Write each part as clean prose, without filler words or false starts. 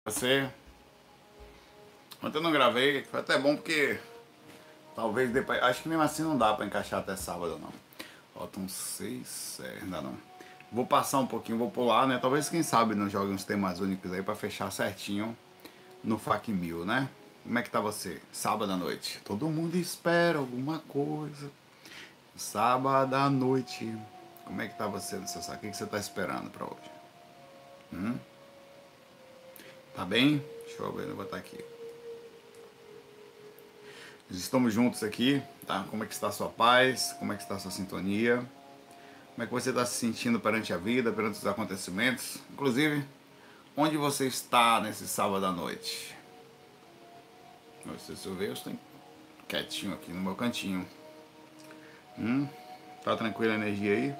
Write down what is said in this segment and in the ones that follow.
Você. Ontem eu não gravei, foi até bom porque talvez depois. Acho que mesmo assim não dá pra encaixar até sábado não. Faltam 6, ainda não. Vou passar um pouquinho, vou pular, né? Talvez quem sabe não jogue uns temas únicos aí pra fechar certinho no FAQ 1000, né? Como é que tá você? Sábado à noite. Todo mundo espera alguma coisa. Sábado à noite. Como é que tá você no seu saco? O que você tá esperando pra hoje? Tá bem? Deixa eu ver, eu vou botar aqui. Estamos juntos aqui, tá? Como é que está a sua paz? Como é que está a sua sintonia? Como é que você está se sentindo perante a vida, perante os acontecimentos? Inclusive, onde você está nesse sábado à noite? Se eu ver, eu estou quietinho aqui no meu cantinho. Tá tranquila a energia aí?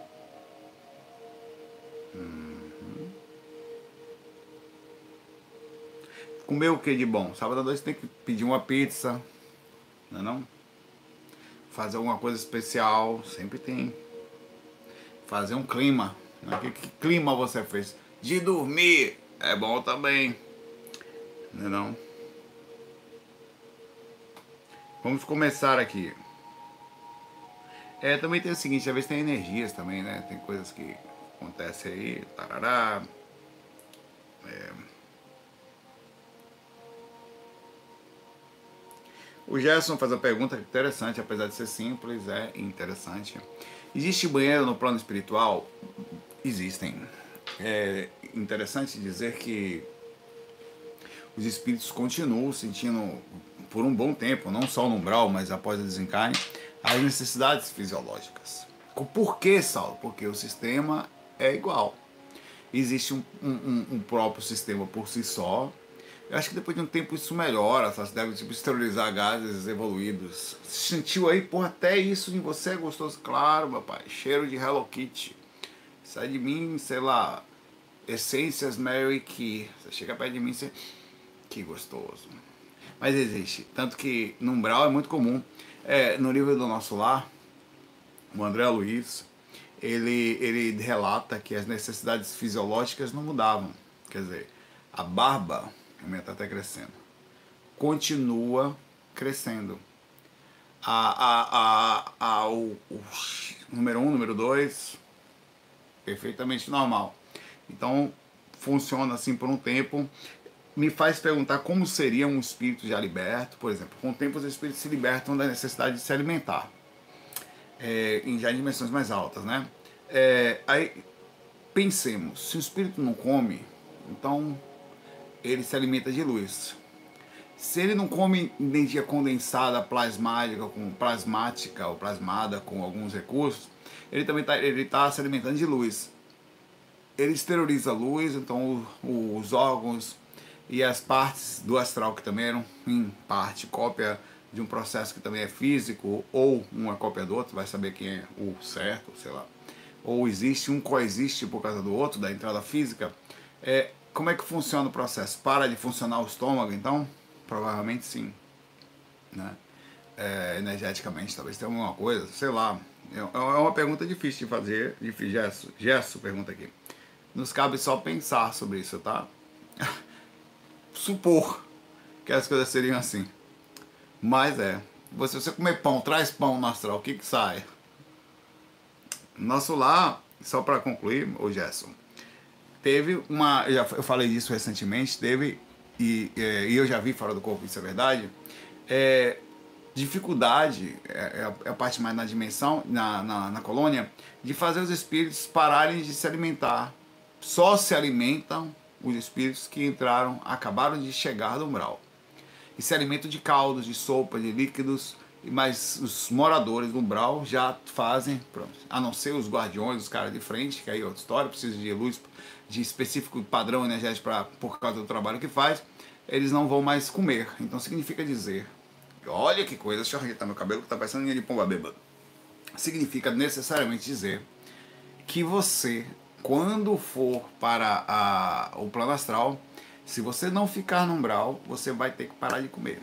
Comer o que de bom? Sábado à noite tem que pedir uma pizza, não é não? Fazer alguma coisa especial, sempre tem. Fazer um clima, né? Que clima você fez? De dormir, é bom também, não é não? Vamos começar aqui. Também tem o seguinte, às vezes tem energias também, né? Tem coisas que acontecem aí, tarará. O Gerson faz uma pergunta interessante, apesar de ser simples, é interessante. Existe banheiro no plano espiritual? Existem. É interessante dizer que os espíritos continuam sentindo, por um bom tempo, não só no umbral, mas após o desencarne, as necessidades fisiológicas. Por que, Saulo? Porque o sistema é igual. Existe um próprio sistema por si só. Eu acho que depois de um tempo isso melhora, só se deve tipo, esterilizar gases evoluídos. Sentiu aí, porra, até isso em você é gostoso? Claro, meu pai. Cheiro de Hello Kitty. Sai de mim, sei lá, essências Mary Kay. Você chega perto de mim, você... Que gostoso. Mas existe. Tanto que no umbral é muito comum. No nível do nosso lar, o André Luiz, ele relata que as necessidades fisiológicas não mudavam. Quer dizer, a barba, a minha está até crescendo, continua crescendo. O número 1, número 2, perfeitamente normal. Então, funciona assim por um tempo. Me faz perguntar como seria um espírito já liberto, por exemplo. Com o tempo, os espíritos se libertam da necessidade de se alimentar, já em dimensões mais altas, né? Aí, pensemos, se o espírito não come, então ele se alimenta de luz. Se ele não come energia condensada, plasmática ou plasmada com alguns recursos, ele também tá se alimentando de luz. Ele esteriliza a luz, então os órgãos e as partes do astral, que também eram em parte cópia de um processo que também é físico, ou uma cópia do outro, vai saber quem é o certo, sei lá. Ou existe, um coexiste por causa do outro, da entrada física. Como é que funciona o processo? Para de funcionar o estômago, então? Provavelmente sim, né? Energeticamente, talvez tenha alguma coisa, sei lá. É uma pergunta difícil de fazer. Gesso pergunta aqui. Nos cabe só pensar sobre isso, tá? Supor que as coisas seriam assim. Mas se você comer pão, traz pão no astral, o que que sai? Nosso lar, só para concluir, o Gerson, teve uma, eu falei disso recentemente, e eu já vi fora do corpo, isso é verdade, dificuldade, é a parte mais na dimensão, na colônia, de fazer os espíritos pararem de se alimentar. Só se alimentam os espíritos que acabaram de chegar do umbral. E se alimentam de caldos, de sopa, de líquidos, mas os moradores do umbral já fazem, pronto, a não ser os guardiões, os caras de frente, que aí é outra história, precisa de luz, de específico padrão energético por causa do trabalho que faz, eles não vão mais comer. Então significa dizer, olha que coisa, deixa eu ajeitar meu cabelo que tá parecendo linha de pomba bêbada. Significa necessariamente dizer que você, quando for para o plano astral, se você não ficar no umbral, você vai ter que parar de comer.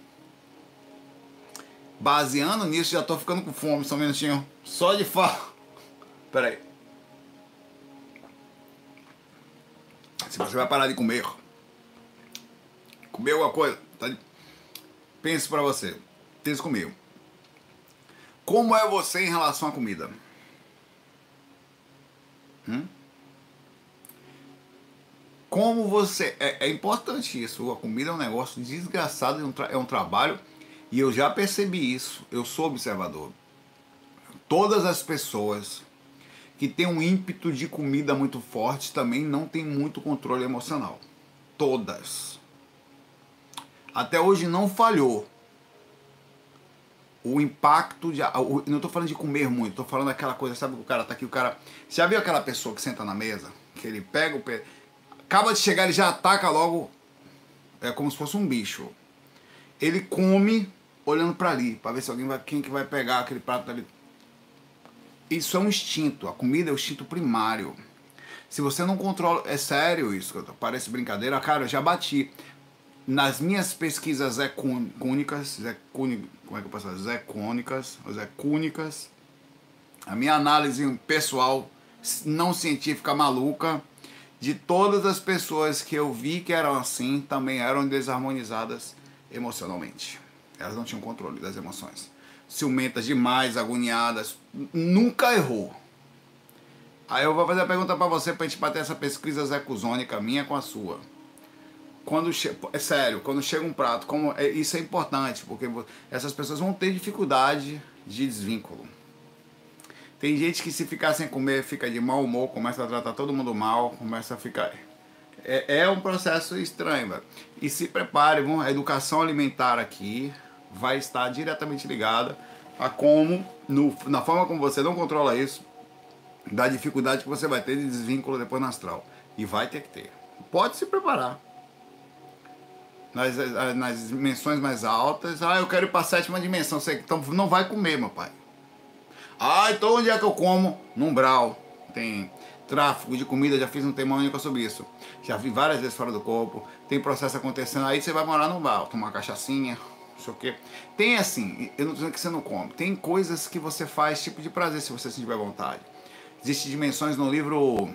Baseando nisso, já tô ficando com fome, só um minutinho. Só de fala. Pera aí. Se você vai parar de comer, Comer alguma coisa? Pense pra você. Pense comigo. Como é você em relação à comida? Como você... É importante isso. A comida é um negócio desgraçado, é um trabalho. E eu já percebi isso. Eu sou observador. Todas as pessoas que têm um ímpeto de comida muito forte também não tem muito controle emocional. Todas. Até hoje não falhou. O impacto de... não estou falando de comer muito, estou falando daquela coisa, sabe que o cara tá aqui, o cara... Você já viu aquela pessoa que senta na mesa? Que ele pega o... Acaba de chegar, ele já ataca logo... É como se fosse um bicho. Ele come olhando para ali, para ver se alguém vai... Quem que vai pegar aquele prato ali. Isso é um instinto. A comida é o instinto primário. Se você não controla... É sério isso, parece brincadeira. Cara, eu já bati. Nas minhas pesquisas zecúnicas, como é que eu posso falar? Zecúnicas, a minha análise pessoal, não científica, maluca, de todas as pessoas que eu vi que eram assim, também eram desarmonizadas emocionalmente. Elas não tinham controle das emoções. Ciumentas demais, agoniadas, nunca errou. Aí eu vou fazer a pergunta para você, pra gente bater essa pesquisa zecuzônica minha com a sua. É sério, quando chega um prato, isso é importante, porque essas pessoas vão ter dificuldade de desvínculo. Tem gente que se ficar sem comer, fica de mau humor, começa a tratar todo mundo mal, começa a ficar... É um processo estranho, velho. E se prepare, a educação alimentar aqui vai estar diretamente ligada a como, na forma como você não controla isso, da dificuldade que você vai ter de desvínculo depois no astral. E vai ter que ter. Pode se preparar. Nas dimensões mais altas, eu quero ir para a 7ª dimensão, então não vai comer, meu pai. Então onde é que eu como? No umbral. Tem tráfico de comida, já fiz um tema único sobre isso. Já vi várias vezes fora do corpo, tem processo acontecendo, aí você vai morar no umbral, tomar uma cachaçinha, não sei o quê. Tem assim, eu não tô dizendo que você não come, tem coisas que você faz tipo de prazer, se você se tiver vontade. Existem dimensões no livro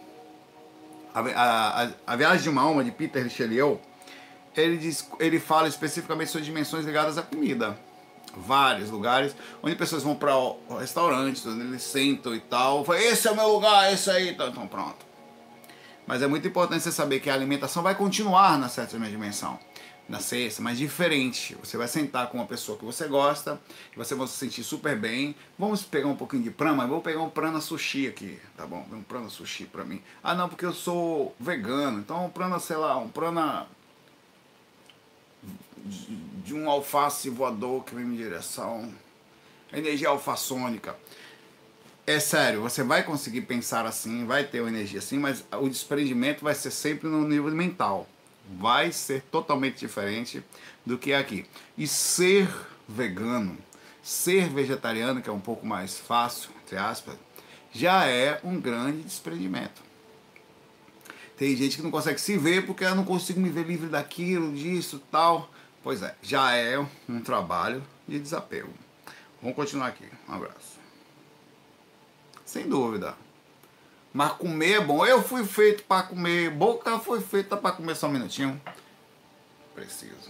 A Viagem de uma Alma, de Peter Richelieu. Ele fala especificamente sobre dimensões ligadas à comida. Vários lugares onde pessoas vão para restaurantes, onde eles sentam e tal. Esse é o meu lugar, esse aí. Então pronto. Mas é muito importante você saber que a alimentação vai continuar na 7ª dimensão. Na 6ª, mas diferente. Você vai sentar com uma pessoa que você gosta, que você vai se sentir super bem. Vamos pegar um pouquinho de prana, eu vou pegar um prana sushi aqui, tá bom? Um prana sushi pra mim. Não, porque eu sou vegano. Então um prana, sei lá, um prana... de um alface voador que vem em direção, energia alfaçônica. É sério, você vai conseguir pensar assim, vai ter uma energia assim, mas o desprendimento vai ser sempre no nível mental. Vai ser totalmente diferente do que é aqui. E ser vegano, ser vegetariano, que é um pouco mais fácil, entre aspas, já é um grande desprendimento. Tem gente que não consegue se ver porque eu não consigo me ver livre daquilo, disso, tal. Pois é, já é um trabalho de desapego. Vamos continuar aqui. Um abraço. Sem dúvida. Mas comer é bom. Eu fui feito para comer. Boca foi feita para comer só um minutinho. Preciso.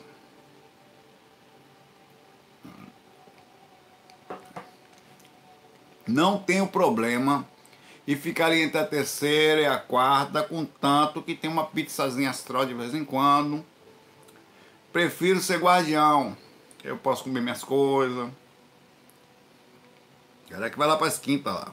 Não tenho problema e ficar ali entre a 3ª e a 4ª, contanto que tem uma pizzazinha astral de vez em quando. Prefiro ser guardião. Eu posso comer minhas coisas. Galera que vai lá para as quintas lá.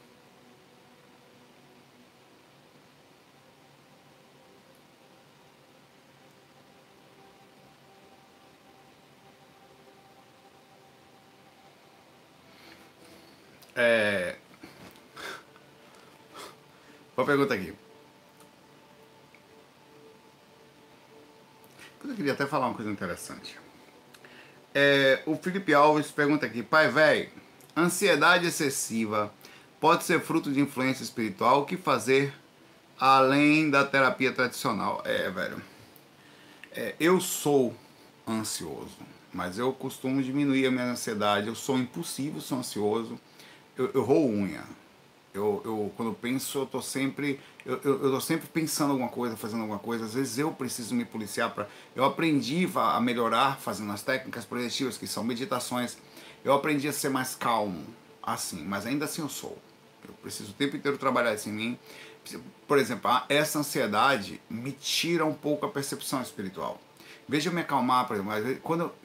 Uma pergunta aqui. Eu queria até falar uma coisa interessante. O Felipe Alves pergunta aqui: pai velho, ansiedade excessiva pode ser fruto de influência espiritual? O que fazer além da terapia tradicional? Velho, eu sou ansioso, mas eu costumo diminuir a minha ansiedade. Eu sou impulsivo, sou ansioso. Eu roo unha. Quando eu penso, eu tô sempre pensando alguma coisa, fazendo alguma coisa. Às vezes eu preciso me policiar para. Eu aprendi a melhorar fazendo as técnicas projetivas, que são meditações. Eu aprendi a ser mais calmo, assim, mas ainda assim eu sou. Eu preciso o tempo inteiro trabalhar isso em mim. Por exemplo, essa ansiedade me tira um pouco a percepção espiritual. Em vez de eu me acalmar, por exemplo, quando eu,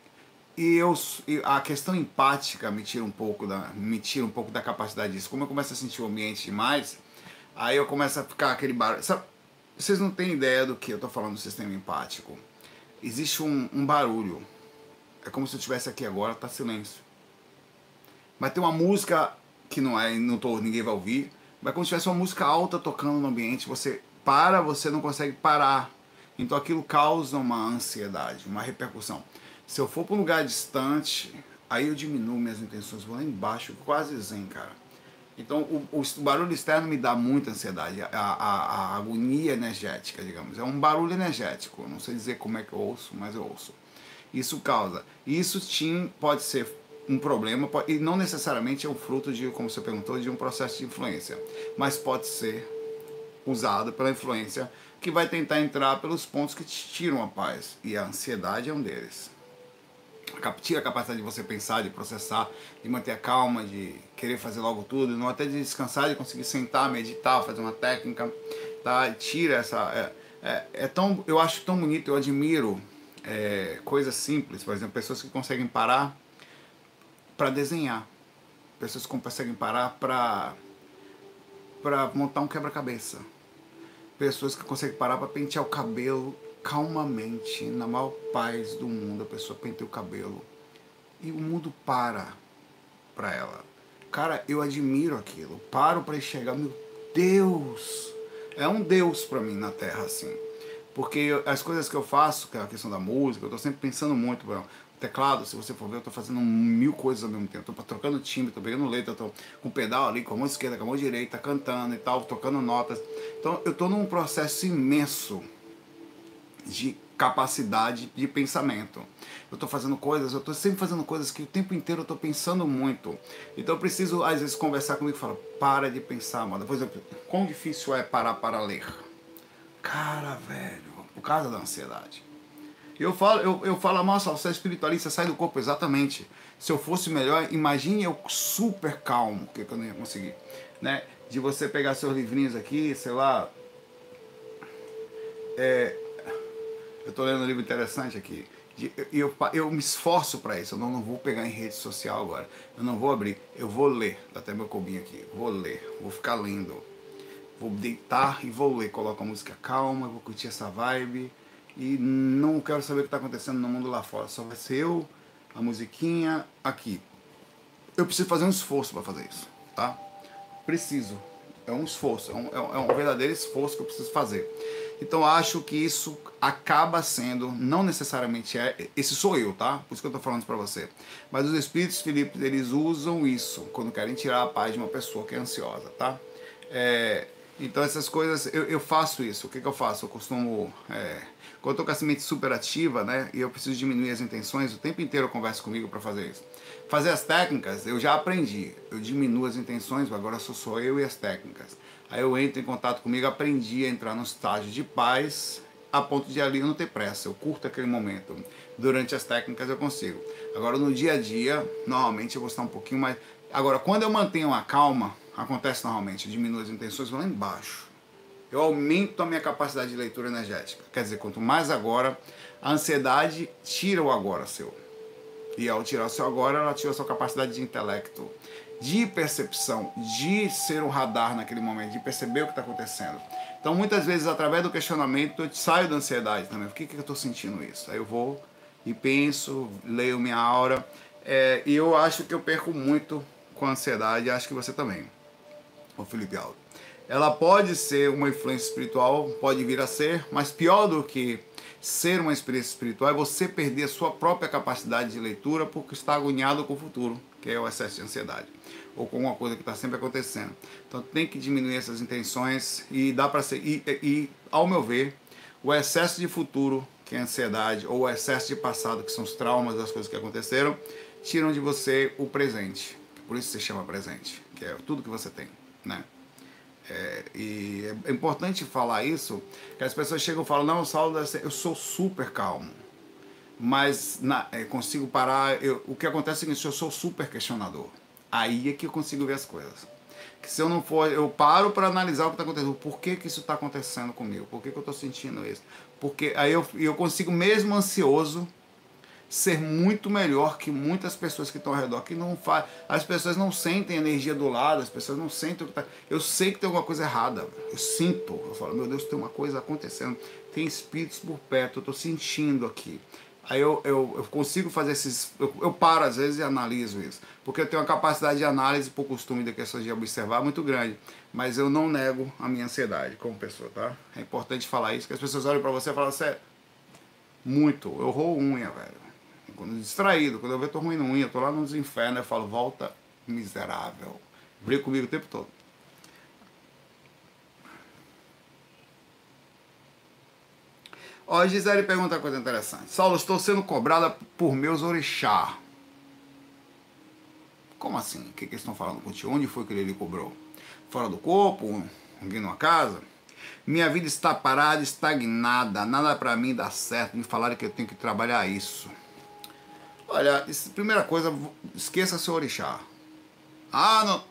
e a questão empática me tira um pouco da capacidade disso. Como eu começo a sentir o ambiente demais, aí eu começo a ficar aquele barulho. Sabe, vocês não têm ideia do que eu estou falando do sistema empático. Existe um barulho. É como se eu estivesse aqui agora, tá silêncio. Mas tem uma música que ninguém vai ouvir, mas como se tivesse uma música alta tocando no ambiente, você não consegue parar. Então aquilo causa uma ansiedade, uma repercussão. Se eu for para um lugar distante, aí eu diminuo minhas intenções, vou lá embaixo, quase zen, cara. Então o barulho externo me dá muita ansiedade, a agonia energética, digamos. É um barulho energético, eu não sei dizer como é que eu ouço, mas eu ouço. Isso causa. Isso sim pode ser um problema, e não necessariamente é um fruto de, como você perguntou, de um processo de influência, mas pode ser usado pela influência que vai tentar entrar pelos pontos que te tiram a paz, e a ansiedade é um deles. Tira a capacidade de você pensar, de processar, de manter a calma, de querer fazer logo tudo, não até de descansar, de conseguir sentar, meditar, fazer uma técnica, tá? Tira essa... eu acho tão bonito, eu admiro coisas simples, por exemplo, pessoas que conseguem parar para desenhar, pessoas que conseguem parar para montar um quebra-cabeça, pessoas que conseguem parar para pentear o cabelo calmamente, na maior paz do mundo, a pessoa penteia o cabelo e o mundo para ela. Cara, eu admiro aquilo, paro para enxergar, meu Deus, é um Deus para mim na Terra, assim, porque as coisas que eu faço, que é a questão da música, eu tô sempre pensando muito, teclado, se você for ver, eu tô fazendo 1000 coisas ao mesmo tempo. Eu tô trocando timbre, tô pegando letra, eu tô com o pedal ali, com a mão esquerda, com a mão direita, cantando e tal, tocando notas. Então eu tô num processo imenso de capacidade de pensamento. Eu tô fazendo coisas, eu tô sempre fazendo coisas que o tempo inteiro eu tô pensando muito. Então eu preciso, às vezes, conversar comigo e falar, para de pensar, mano. Por exemplo, quão difícil é parar para ler? Cara, velho, por causa da ansiedade. Eu falo, nossa, você é espiritualista, sai do corpo, exatamente. Se eu fosse melhor, imagine eu super calmo, que eu não ia conseguir, né? De você pegar seus livrinhos aqui, sei lá. Eu tô lendo um livro interessante aqui. Eu me esforço para isso, eu não vou pegar em rede social agora. Eu não vou abrir, eu vou ler. Tá até meu cobinho aqui. Vou ler, vou ficar lendo. Vou deitar e vou ler. Coloco a música calma, vou curtir essa vibe. E não quero saber o que está acontecendo no mundo lá fora. Só vai ser eu, a musiquinha, aqui. Eu preciso fazer um esforço para fazer isso, tá? Preciso. É um esforço, é um verdadeiro esforço que eu preciso fazer. Então acho que isso acaba sendo, não necessariamente esse sou eu, tá? Por isso que eu tô falando isso para você. Mas os espíritos, Felipe, eles usam isso quando querem tirar a paz de uma pessoa que é ansiosa, tá? Então essas coisas, eu faço isso. O que eu faço? Eu costumo... quando eu tô com a mente super ativa, né, e eu preciso diminuir as intenções, o tempo inteiro eu converso comigo para fazer isso. Fazer as técnicas, eu já aprendi. Eu diminuo as intenções, agora sou eu e as técnicas. Aí eu entro em contato comigo, aprendi a entrar no estágio de paz, a ponto de ali eu não ter pressa. Eu curto aquele momento. Durante as técnicas eu consigo. Agora no dia a dia, normalmente eu vou estar um pouquinho mais... Agora, quando eu mantenho a calma, acontece normalmente, eu diminuo as intenções, vou lá embaixo. Eu aumento a minha capacidade de leitura energética. Quer dizer, quanto mais agora, a ansiedade tira o agora seu. E ao tirar o seu agora, ela tira a sua capacidade de intelecto, de percepção, de ser um radar naquele momento, de perceber o que está acontecendo. Então, muitas vezes, através do questionamento, eu saio da ansiedade também. Por que eu estou sentindo isso? Aí eu vou e penso, leio minha aura. E eu acho que eu perco muito com a ansiedade, acho que você também, o Felipe Aldo. Ela pode ser uma influência espiritual, pode vir a ser, mas pior do que ser uma experiência espiritual é você perder a sua própria capacidade de leitura porque está agoniado com o futuro, que é o excesso de ansiedade, ou com uma coisa que está sempre acontecendo. Então tem que diminuir essas intenções e dá para ser, ao meu ver, o excesso de futuro, que é a ansiedade, ou o excesso de passado, que são os traumas das coisas que aconteceram, tiram de você o presente. Por isso se chama presente, que é tudo que você tem. né? E é importante falar isso, que as pessoas chegam e falam, não, Saulo, eu sou super calmo, mas consigo parar, o que acontece é que eu sou super questionador. Aí é que eu consigo ver as coisas. Que se eu não for, eu paro para analisar o que está acontecendo. Por que isso está acontecendo comigo? Por que eu estou sentindo isso? Porque aí eu consigo, mesmo ansioso, ser muito melhor que muitas pessoas que estão ao redor, que não faz. As pessoas não sentem energia do lado, as pessoas não sentem o que tá. Eu sei que tem alguma coisa errada, eu sinto. Eu falo, meu Deus, tem uma coisa acontecendo, tem espíritos por perto, eu estou sentindo aqui. Aí eu consigo fazer esses. Eu paro às vezes e analiso isso. Porque eu tenho uma capacidade de análise por costume de questões de observar muito grande. Mas eu não nego a minha ansiedade como pessoa, tá? É importante falar isso, que as pessoas olham pra você e falam, sério, muito. Eu roo unha, velho. Quando distraído, quando eu vejo eu tô ruindo unha, eu tô lá nos infernos, eu falo, volta miserável. Briga comigo o tempo todo. Ó, a Gisele pergunta uma coisa interessante. Saulo, estou sendo cobrada por meus orixá. Como assim? O que eles estão falando contigo? Onde foi que ele lhe cobrou? Fora do corpo? Alguém numa casa? Minha vida está parada, estagnada. Nada pra mim dá certo. Me falaram que eu tenho que trabalhar isso. Olha, primeira coisa, esqueça seu orixá. Ah, não.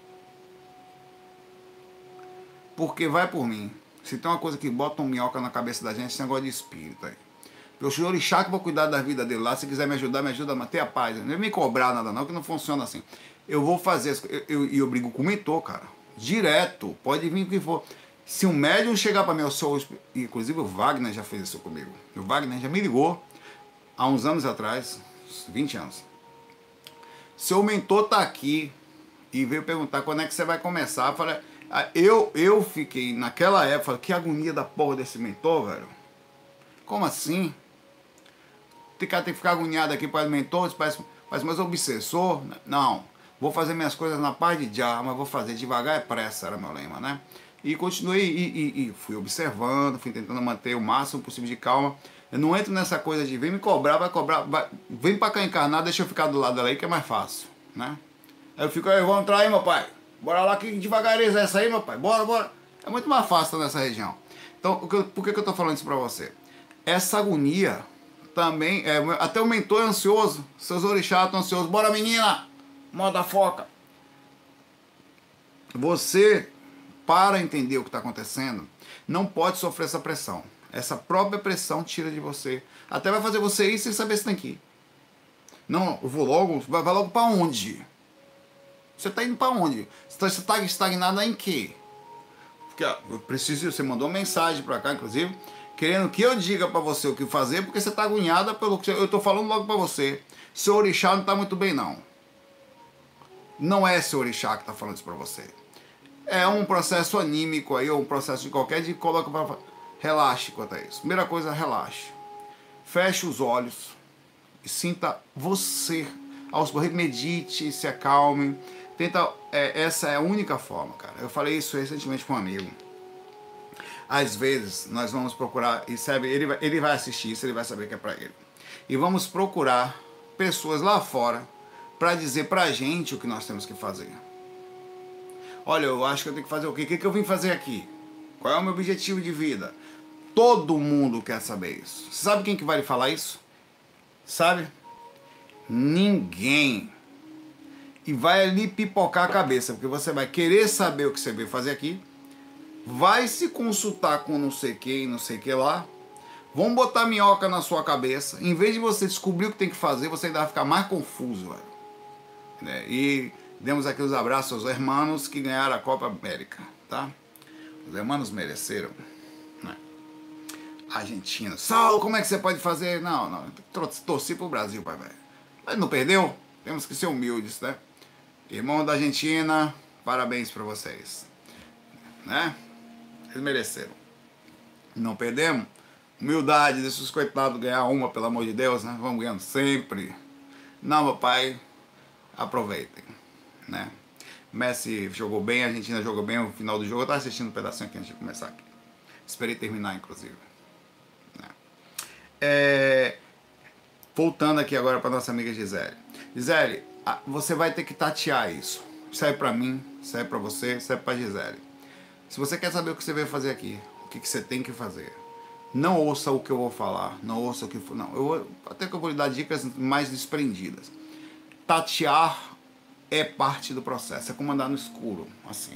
Porque vai por mim. Se tem uma coisa que bota um minhoca na cabeça da gente, esse negócio de espírito aí. Eu sou orixá que vou cuidar da vida dele lá. Se quiser me ajudar a manter a paz. Não é me cobrar nada não, que não funciona assim. Eu vou fazer, eu brigo com o mentor, cara. Direto, pode vir o que for. Se um médium chegar para mim, eu sou... Inclusive o Wagner já fez isso comigo. O Wagner já me ligou há uns anos atrás, 20 anos. Seu mentor tá aqui e veio perguntar quando é que você vai começar. Eu falei, eu fiquei naquela época, falei, que agonia da porra desse mentor, velho. Como assim? Tem que ficar agoniado aqui para o mentor, parece mais obsessor. Não, vou fazer minhas coisas na paz de já, mas vou fazer devagar é pressa, era meu lema, né? E continuei e fui observando, fui tentando manter o máximo possível de calma. Eu não entro nessa coisa de vem me cobrar, vai cobrar, vem pra cá encarnar, deixa eu ficar do lado dela aí que é mais fácil, né? Aí eu fico, aí, vamos entrar aí, meu pai. Bora lá que devagarinho essa aí, meu pai. Bora. É muito mais fácil nessa região. Então, por que eu tô falando isso pra você? Essa agonia também, até o mentor é ansioso, seus orixás estão ansiosos. Bora, menina! Moda foca! Você, para entender o que está acontecendo, não pode sofrer essa pressão. Essa própria pressão tira de você. Até vai fazer você ir sem saber se tem que ir. Não, eu vou logo, vai logo para onde? Você está indo para onde? Você está estagnado em quê? Porque eu preciso, você mandou uma mensagem para cá, inclusive, querendo que eu diga para você o que fazer, porque você está agoniada pelo que eu estou falando logo para você. Seu orixá não está muito bem, não. Não é seu orixá que está falando isso para você. É um processo anímico aí, ou um processo de qualquer de coloca para relaxe quanto a isso. Primeira coisa, relaxe. Feche os olhos e sinta você. Medite, se acalme. Tenta, essa é a única forma, cara. Eu falei isso recentemente com um amigo. Às vezes nós vamos procurar, e sabe, ele vai assistir isso, ele vai saber que é para ele. E vamos procurar pessoas lá fora para dizer pra gente o que nós temos que fazer. Olha, eu acho que eu tenho que fazer o quê? O que eu vim fazer aqui? Qual é o meu objetivo de vida? Todo mundo quer saber isso. Você sabe quem que vai lhe falar isso? Sabe? Ninguém. E vai ali pipocar a cabeça, porque você vai querer saber o que você veio fazer aqui, vai se consultar com não sei quem, não sei que lá, vão botar minhoca na sua cabeça, em vez de você descobrir o que tem que fazer, você ainda vai ficar mais confuso, velho. E demos aqui os abraços aos hermanos que ganharam a Copa América, tá? Os hermanos mereceram, né? Argentina. Saulo, como é que você pode fazer? Não, torci pro Brasil, pai, velho. Mas não perdeu? Temos que ser humildes, né? Irmão da Argentina, parabéns pra vocês, né? Eles mereceram. Não perdemos? Humildade, deixa os coitados ganhar uma, pelo amor de Deus, né? Vamos ganhando sempre. Não, meu pai, aproveitem, né? Messi jogou bem, a Argentina jogou bem, o final do jogo eu estava assistindo um pedacinho aqui antes de começar aqui. Esperei terminar, inclusive. Né? Voltando aqui agora para nossa amiga Gisele. Gisele, você vai ter que tatear isso. serve para mim, serve para você, serve para Gisele. Se você quer saber o que você veio fazer aqui, o que você tem que fazer, não ouça o que eu vou falar, não ouça o que for, não. Até que eu vou lhe dar dicas mais desprendidas. Tatear é parte do processo, é como andar no escuro, assim.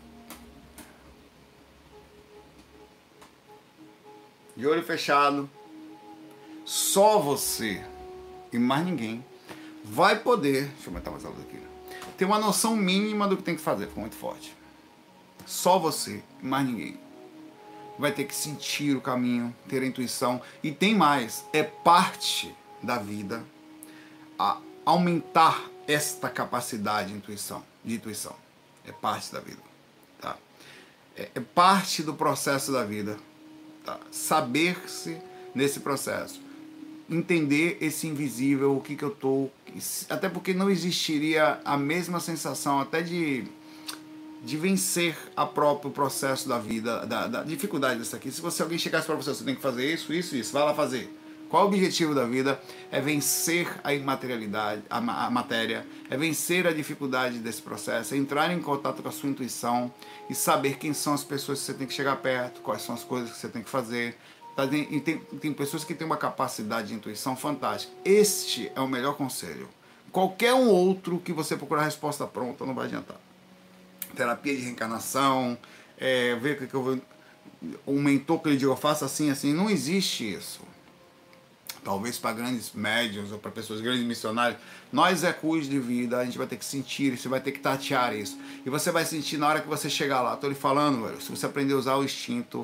De olho fechado, só você e mais ninguém vai poder, deixa eu aumentar mais a luz aqui, ter uma noção mínima do que tem que fazer, ficou muito forte. Só você e mais ninguém vai ter que sentir o caminho, ter a intuição, e tem mais, é parte da vida aumentar esta capacidade de intuição. É parte da vida, tá? É parte do processo da vida, tá? Saber-se nesse processo, entender esse invisível, o que eu tô, até porque não existiria a mesma sensação até de vencer a próprio processo da vida, da dificuldade dessa aqui. Se alguém chegasse para você tem que fazer isso, vai lá fazer. Qual o objetivo da vida? É vencer a imaterialidade, a matéria, é vencer a dificuldade desse processo, é entrar em contato com a sua intuição e saber quem são as pessoas que você tem que chegar perto, quais são as coisas que você tem que fazer. E tem pessoas que têm uma capacidade de intuição fantástica. Este é o melhor conselho. Qualquer um outro que você procurar a resposta pronta não vai adiantar. Terapia de reencarnação, ver que eu vou, um mentor que ele diga, faça assim, assim, não existe isso. Talvez para grandes médiuns ou para pessoas grandes missionários, nós cuis de vida, a gente vai ter que sentir, você vai ter que tatear isso. E você vai sentir na hora que você chegar lá. Estou lhe falando, velho, se você aprender a usar o instinto,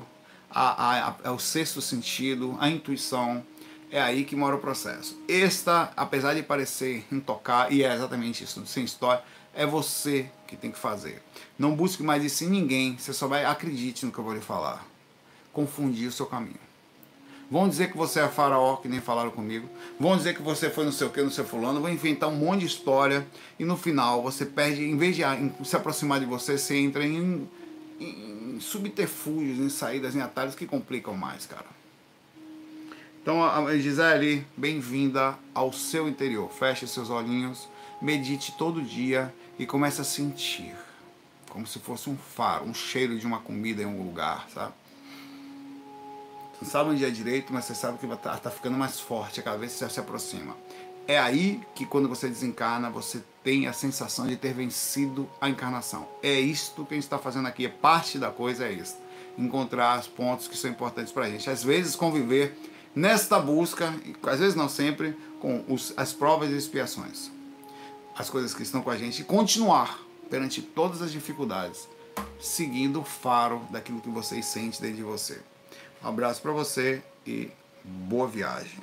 o sexto sentido, a intuição, é aí que mora o processo. Apesar de parecer intocar, e é exatamente isso, sem história, é você que tem que fazer. Não busque mais isso em ninguém, você só vai, acredite no que eu vou lhe falar. Confundir o seu caminho. Vão dizer que você é faraó, que nem falaram comigo. Vão dizer que você foi não sei o que, não sei fulano. Vão inventar um monte de história. E no final você perde, em vez de se aproximar de você, você entra em subterfúgios, em saídas, em atalhos que complicam mais, cara. Então, Gisele, bem-vinda ao seu interior. Feche seus olhinhos, medite todo dia e comece a sentir. Como se fosse um faro, um cheiro de uma comida em algum lugar, sabe? Você não sabe onde é direito, mas você sabe que está ficando mais forte a cada vez que você se aproxima. É aí que quando você desencarna, você tem a sensação de ter vencido a encarnação. É isto que a gente está fazendo aqui, é parte da coisa, é isso. Encontrar os pontos que são importantes para a gente. Às vezes conviver nesta busca, às vezes não sempre, com as provas e expiações. As coisas que estão com a gente e continuar perante todas as dificuldades, seguindo o faro daquilo que você sente dentro de você. Um abraço para você e boa viagem.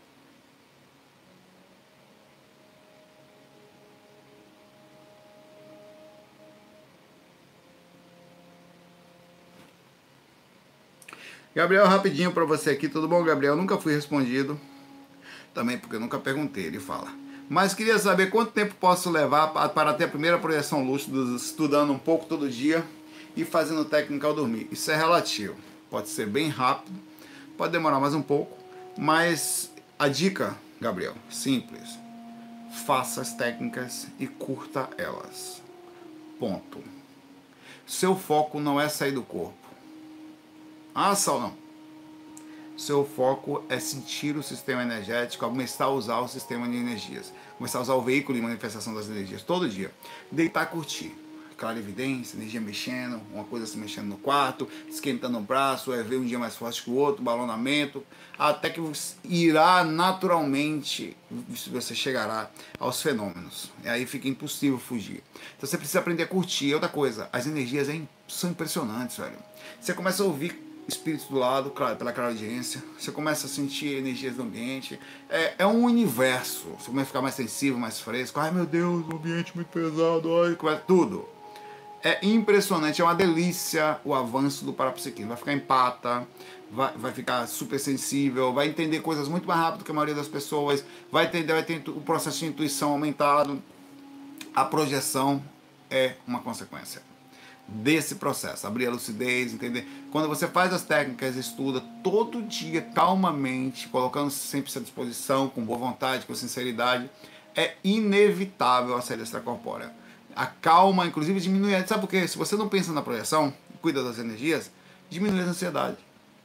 Gabriel, rapidinho para você aqui. Tudo bom, Gabriel? Nunca fui respondido. Também porque eu nunca perguntei, ele fala. Mas queria saber quanto tempo posso levar para ter a primeira projeção lúcida, estudando um pouco todo dia e fazendo técnica ao dormir. Isso é relativo. Pode ser bem rápido, pode demorar mais um pouco, mas a dica, Gabriel, simples. Faça as técnicas e curta elas. Ponto. Seu foco não é sair do corpo. Sal não. Seu foco é sentir o sistema energético, começar a usar o sistema de energias. Começar a usar o veículo de manifestação das energias todo dia. Deitar, curtir. Clarividência, energia mexendo, uma coisa se mexendo no quarto, esquentando o braço, ver um dia mais forte que o outro, balonamento, até que irá naturalmente, você chegará aos fenômenos. E aí fica impossível fugir. Então você precisa aprender a curtir. Outra coisa, as energias são impressionantes, velho. Você começa a ouvir espíritos do lado, claro, pela clareaudiência, você começa a sentir energias do ambiente, é um universo, você começa a ficar mais sensível, mais fresco, ai meu Deus, o ambiente muito pesado, ai, tudo. É impressionante, é uma delícia o avanço do parapsiquismo, vai ficar empata, vai ficar super sensível, vai entender coisas muito mais rápido que a maioria das pessoas, vai ter o processo de intuição aumentado, a projeção é uma consequência desse processo, abrir a lucidez, entender. Quando você faz as técnicas, estuda todo dia, calmamente, colocando-se sempre à disposição, com boa vontade, com sinceridade, é inevitável a saída extracorpórea. acalma, inclusive diminui. Sabe por quê? Se você não pensa na projeção, cuida das energias, diminui a ansiedade.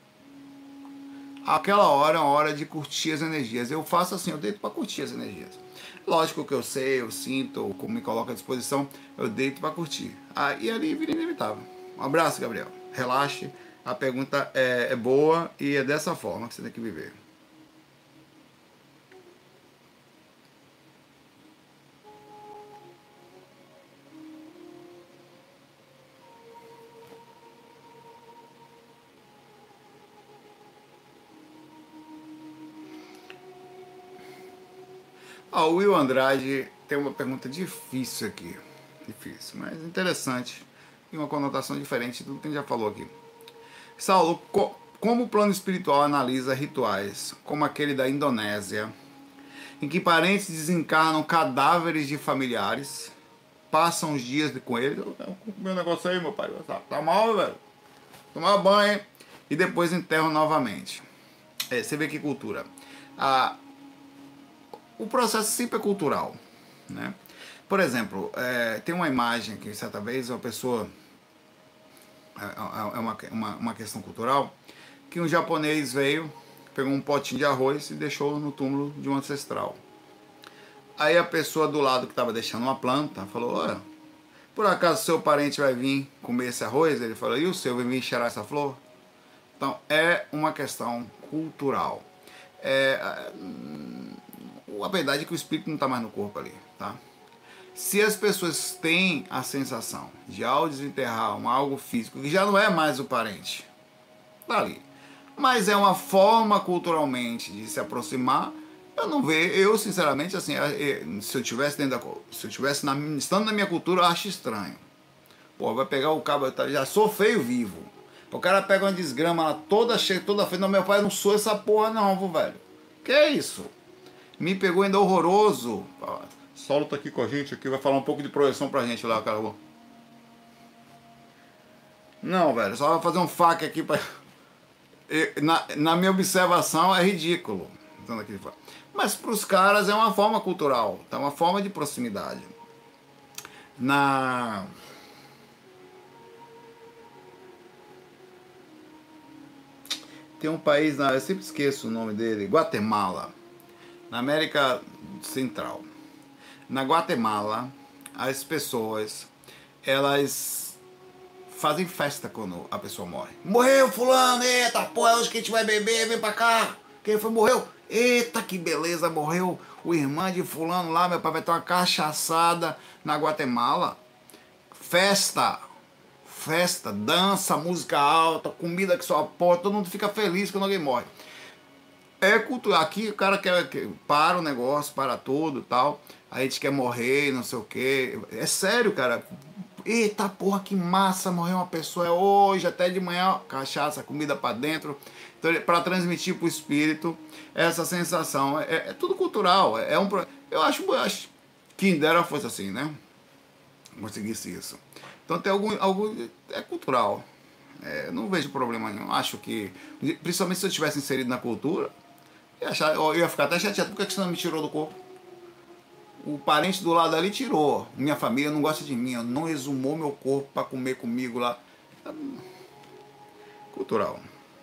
Aquela hora é uma hora de curtir as energias. Eu faço assim, eu deito para curtir as energias. Lógico que eu sei, eu sinto, como me coloco à disposição, eu deito para curtir. E ali vira inevitável. Um abraço, Gabriel. Relaxe. A pergunta é boa e é dessa forma que você tem que viver. O Will Andrade tem uma pergunta difícil aqui. Difícil, mas interessante. E uma conotação diferente do que a gente já falou aqui. Saulo, como o plano espiritual analisa rituais, como aquele da Indonésia, em que parentes desencarnam cadáveres de familiares, passam os dias com eles, meu negócio aí, meu pai, tá mal, velho? Tomar banho, hein? E depois enterram novamente. Você vê que cultura. O processo sempre é cultural, né? Por exemplo, tem uma imagem que certa vez uma pessoa, uma questão cultural, que um japonês veio, pegou um potinho de arroz e deixou no túmulo de um ancestral. Aí a pessoa do lado que estava deixando uma planta falou: olha, por acaso seu parente vai vir comer esse arroz? Ele falou: e o seu vai vir cheirar essa flor? Então é uma questão cultural. A verdade é que o espírito não está mais no corpo ali, tá? Se as pessoas têm a sensação de, ao desenterrar algo físico, que já não é mais o parente, tá ali, mas é uma forma culturalmente de se aproximar, eu não vejo, eu sinceramente, assim, se eu tivesse estando na minha cultura, eu acho estranho. Pô, vai pegar o cabo, já sou feio vivo. O cara pega uma desgrama lá toda cheia, toda feia. Não, meu pai, não sou essa porra não, velho. Que é isso? Me pegou ainda horroroso. Saulo tá aqui com a gente, aqui vai falar um pouco de projeção pra gente lá, cara. Não, velho, só vai fazer um fac aqui pra... Na minha observação é ridículo. Mas pros caras é uma forma cultural, tá? Uma forma de proximidade. Tem um país, eu sempre esqueço o nome dele, Guatemala, na América Central. Na Guatemala, as pessoas, elas fazem festa quando a pessoa morre. Morreu fulano, eita, pô, é hoje que a gente vai beber, vem pra cá. Quem foi, morreu? Eita, que beleza, morreu o irmão de fulano lá, meu pai vai ter uma cachaçada na Guatemala. Festa, dança, música alta, comida que só aporta, todo mundo fica feliz quando alguém morre. É cultura. Aqui o cara quer para o negócio, para tudo e tal. A gente quer morrer, não sei o quê. É sério, cara. Eita porra, que massa, morreu uma pessoa hoje, até de manhã, cachaça, comida para dentro. Então, para transmitir para o espírito essa sensação. É tudo cultural. Eu acho que dera fosse assim, né? Conseguisse isso. Então tem algum é cultural. Não vejo problema nenhum. Acho que, principalmente se eu tivesse inserido na cultura, eu ia ficar até chateado. Por que você não me tirou do corpo? O parente do lado ali tirou. Minha família não gosta de mim, não exumou meu corpo para comer comigo lá. Cultural.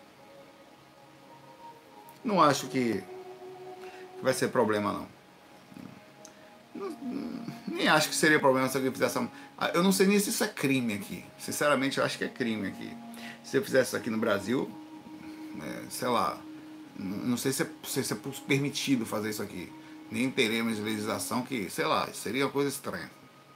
Não acho que vai ser problema, não. Nem acho que seria problema se alguém fizesse. Eu não sei nem se isso é crime aqui. Sinceramente, eu acho que é crime aqui. Se eu fizesse isso aqui no Brasil, sei lá, não sei se é permitido fazer isso aqui. Nem teremos legislação que, sei lá, seria uma coisa estranha.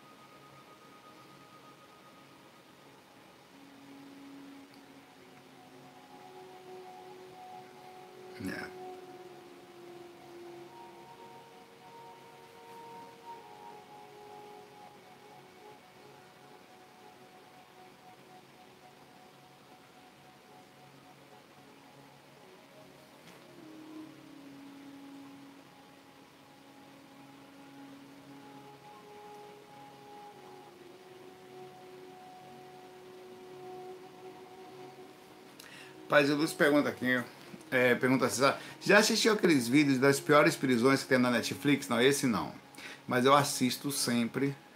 Paz de Luz pergunta aqui, pergunta assim, já assistiu aqueles vídeos das piores prisões que tem na Netflix? Não, esse não. Mas eu assisto sempre,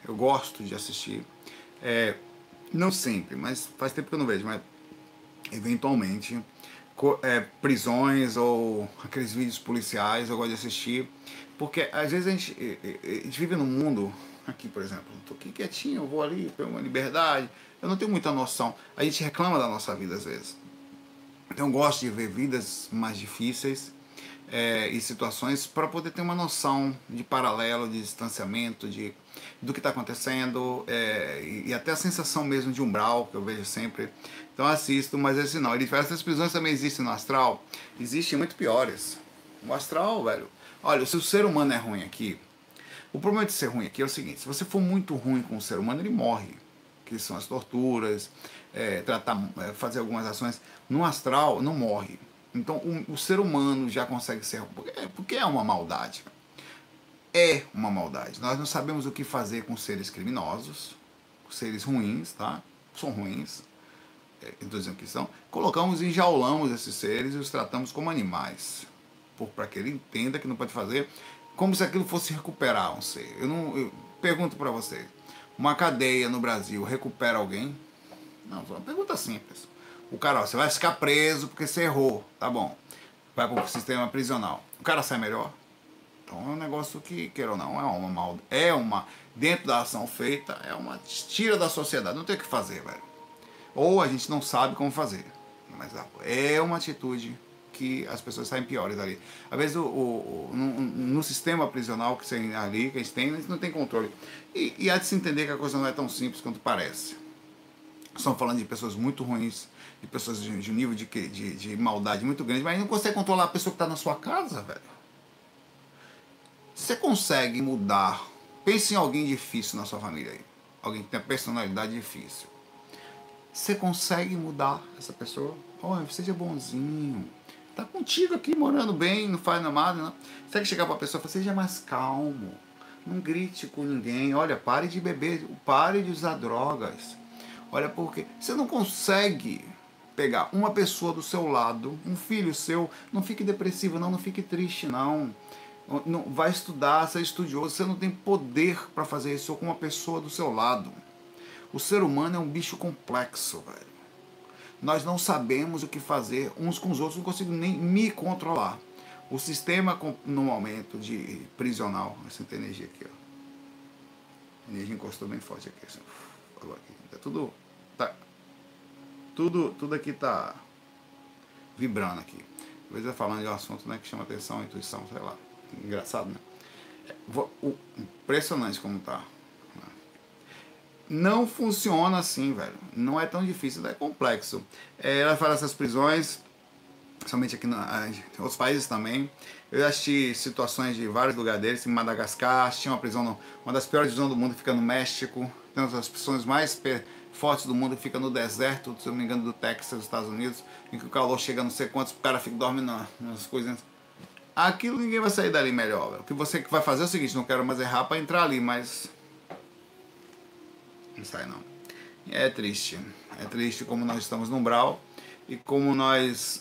eu gosto de assistir. Não sempre, mas faz tempo que eu não vejo, mas eventualmente prisões ou aqueles vídeos policiais eu gosto de assistir, porque às vezes a gente vive num mundo, aqui por exemplo, tô aqui quietinho, eu vou ali, pego uma liberdade, eu não tenho muita noção, a gente reclama da nossa vida às vezes, então eu gosto de ver vidas mais difíceis e situações para poder ter uma noção de paralelo, de distanciamento, do que está acontecendo e até a sensação mesmo de umbral que eu vejo sempre. Então eu assisto, mas esse não. Essas prisões também existem no astral, existem muito piores. O astral, velho. Olha, se o ser humano é ruim aqui, o problema de ser ruim aqui é o seguinte: se você for muito ruim com o ser humano, ele morre. Que são as torturas, fazer algumas ações. No astral, não morre. Então o ser humano já consegue ser. Porque é uma maldade. É uma maldade. Nós não sabemos o que fazer com seres criminosos, seres ruins, tá? São ruins. Estou dizendo que são. Colocamos e enjaulamos esses seres e os tratamos como animais. Para que ele entenda que não pode fazer. Como se aquilo fosse recuperar um ser. Eu pergunto para você: uma cadeia no Brasil recupera alguém? Não, é uma pergunta simples. O cara, ó, você vai ficar preso porque você errou, tá bom. Vai para o sistema prisional. O cara sai melhor? Então é um negócio que, queira ou não, dentro da ação feita, é uma tira da sociedade. Não tem o que fazer, velho. Ou a gente não sabe como fazer. Mas é uma atitude que as pessoas saem piores ali. Às vezes no sistema prisional que a gente não tem controle. E há de se entender que a coisa não é tão simples quanto parece. Estamos falando de pessoas muito ruins, de pessoas de um nível de maldade muito grande, mas não consegue controlar a pessoa que está na sua casa, velho. Você consegue mudar. Pense em alguém difícil na sua família aí. Alguém que tem a personalidade difícil. Você consegue mudar essa pessoa? Olha, seja bonzinho. Tá contigo aqui, morando bem, não faz nada, não. Você tem que chegar para a pessoa e falar: seja mais calmo. Não grite com ninguém. Olha, pare de beber, pare de usar drogas. Olha, porque você não consegue pegar uma pessoa do seu lado, um filho seu, não fique depressivo, não fique triste, não. Vai estudar, ser estudioso, você não tem poder para fazer isso com uma pessoa do seu lado. O ser humano é um bicho complexo, velho. Nós não sabemos o que fazer uns com os outros, não consigo nem me controlar. O sistema, no momento de prisional, essa energia aqui, ó. A energia encostou bem forte aqui, assim. Falou aqui. Tudo aqui tá vibrando aqui. Às vezes falando de um assunto, né, que chama atenção, intuição, sei lá. Engraçado, né? Impressionante como tá. Não funciona assim, velho. Não é tão difícil, é complexo. Ela fala dessas prisões, somente aqui em outros países também. Eu já assisti situações de vários lugares deles, em Madagascar, tinha uma prisão, uma das piores prisões do mundo, que fica no México. Tem uma das prisões mais fortes do mundo, que fica no deserto, se eu não me engano, do Texas, dos Estados Unidos, em que o calor chega a não sei quantos, o cara fica dormindo nas coisas. Aquilo ninguém vai sair dali melhor, velho. O que você vai fazer é o seguinte: não quero mais errar para entrar ali, mas não sai não. É triste como nós estamos no umbral e como nós